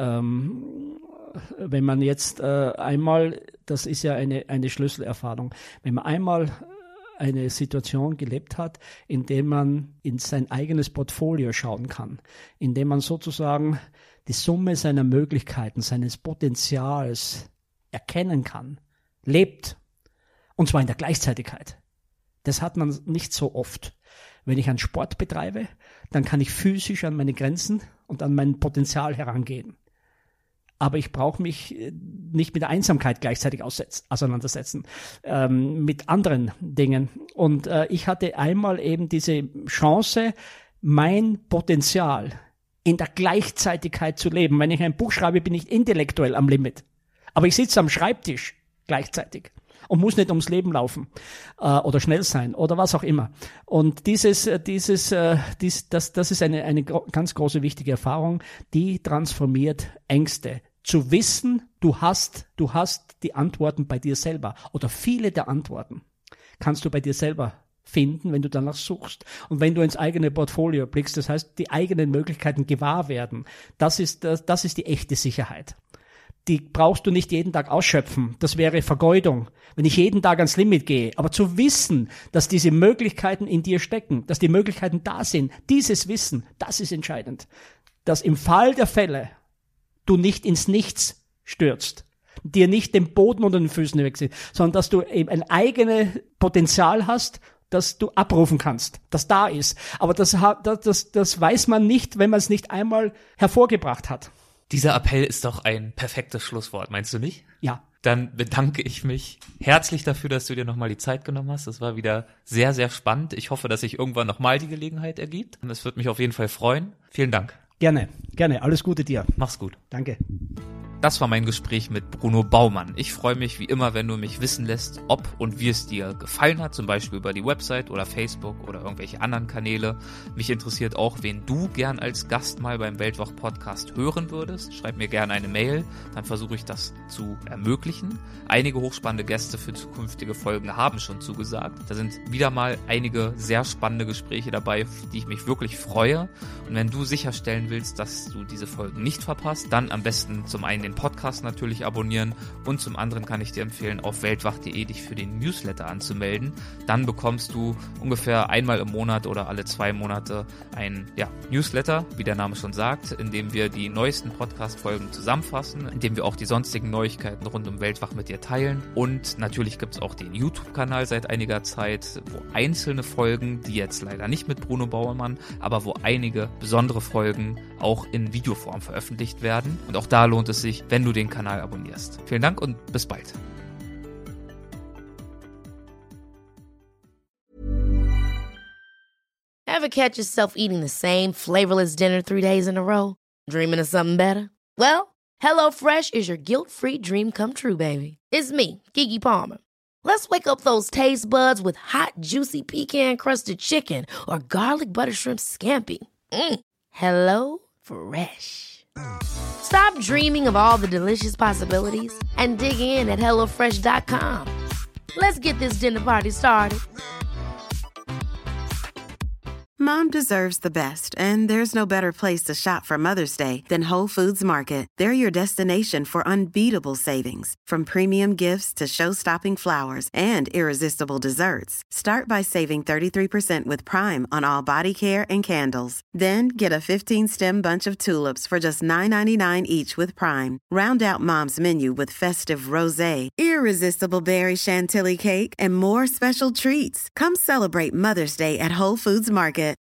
Wenn man jetzt einmal, das ist ja eine Schlüsselerfahrung, wenn man einmal eine Situation gelebt hat, in der man in sein eigenes Portfolio schauen kann, in dem man sozusagen die Summe seiner Möglichkeiten, seines Potenzials erkennen kann, lebt. Und zwar in der Gleichzeitigkeit. Das hat man nicht so oft. Wenn ich einen Sport betreibe, dann kann ich physisch an meine Grenzen und an mein Potenzial herangehen. Aber ich brauche mich nicht mit der Einsamkeit gleichzeitig auseinandersetzen, mit anderen Dingen. Und ich hatte einmal eben diese Chance, mein Potenzial in der Gleichzeitigkeit zu leben. Wenn ich ein Buch schreibe, bin ich intellektuell am Limit. Aber ich sitze am Schreibtisch gleichzeitig und muss nicht ums Leben laufen oder schnell sein oder was auch immer. Und das ist eine ganz große, wichtige Erfahrung, die transformiert Ängste. Zu wissen, du hast die Antworten bei dir selber oder viele der Antworten kannst du bei dir selber finden, wenn du danach suchst und wenn du ins eigene Portfolio blickst, das heißt, die eigenen Möglichkeiten gewahr werden. Das ist die echte Sicherheit. Die brauchst du nicht jeden Tag ausschöpfen. Das wäre Vergeudung, wenn ich jeden Tag ans Limit gehe. Aber zu wissen, dass diese Möglichkeiten in dir stecken, dass die Möglichkeiten da sind, dieses Wissen, das ist entscheidend. Dass im Fall der Fälle du nicht ins Nichts stürzt, dir nicht den Boden unter den Füßen wegziehst, sondern dass du eben ein eigenes Potenzial hast, das du abrufen kannst, das da ist. Aber das weiß man nicht, wenn man es nicht einmal hervorgebracht hat. Dieser Appell ist doch ein perfektes Schlusswort, meinst du nicht? Ja. Dann bedanke ich mich herzlich dafür, dass du dir nochmal die Zeit genommen hast. Das war wieder sehr, sehr spannend. Ich hoffe, dass sich irgendwann nochmal die Gelegenheit ergibt. Und es wird mich auf jeden Fall freuen. Vielen Dank. Gerne. Alles Gute dir. Mach's gut. Danke. Das war mein Gespräch mit Bruno Baumann. Ich freue mich wie immer, wenn du mich wissen lässt, ob und wie es dir gefallen hat, zum Beispiel über die Website oder Facebook oder irgendwelche anderen Kanäle. Mich interessiert auch, wen du gern als Gast mal beim Weltwach-Podcast hören würdest. Schreib mir gerne eine Mail, dann versuche ich das zu ermöglichen. Einige hochspannende Gäste für zukünftige Folgen haben schon zugesagt. Da sind wieder mal einige sehr spannende Gespräche dabei, auf die ich mich wirklich freue. Und wenn du sicherstellen willst, dass du diese Folgen nicht verpasst, dann am besten zum einen den Podcast natürlich abonnieren und zum anderen kann ich dir empfehlen, auf weltwach.de dich für den Newsletter anzumelden. Dann bekommst du ungefähr einmal im Monat oder alle 2 Monate ein Newsletter, wie der Name schon sagt, in dem wir die neuesten Podcast-Folgen zusammenfassen, in dem wir auch die sonstigen Neuigkeiten rund um Weltwach mit dir teilen. Und natürlich gibt es auch den YouTube-Kanal seit einiger Zeit, wo einzelne Folgen, die jetzt leider nicht mit Bruno Baumann, aber wo einige besondere Folgen auch in Videoform veröffentlicht werden. Und auch da lohnt es sich, wenn du den Kanal abonnierst. Vielen Dank und bis bald. Ever catch yourself eating the same flavorless dinner 3 days in a row? Dreaming of something better? Well, HelloFresh is your guilt-free dream come true, baby. It's me, Keke Palmer. Let's wake up those taste buds with hot, juicy pecan-crusted chicken or garlic butter shrimp scampi. Hello Fresh. Stop dreaming of all the delicious possibilities and dig in at HelloFresh.com. Let's get this dinner party started. Mom deserves the best, and there's no better place to shop for Mother's Day than Whole Foods Market. They're your destination for unbeatable savings, from premium gifts to show-stopping flowers and irresistible desserts. Start by saving 33% with Prime on all body care and candles. Then get a 15-stem bunch of tulips for just $9.99 each with Prime. Round out Mom's menu with festive rosé, irresistible berry chantilly cake, and more special treats. Come celebrate Mother's Day at Whole Foods Market.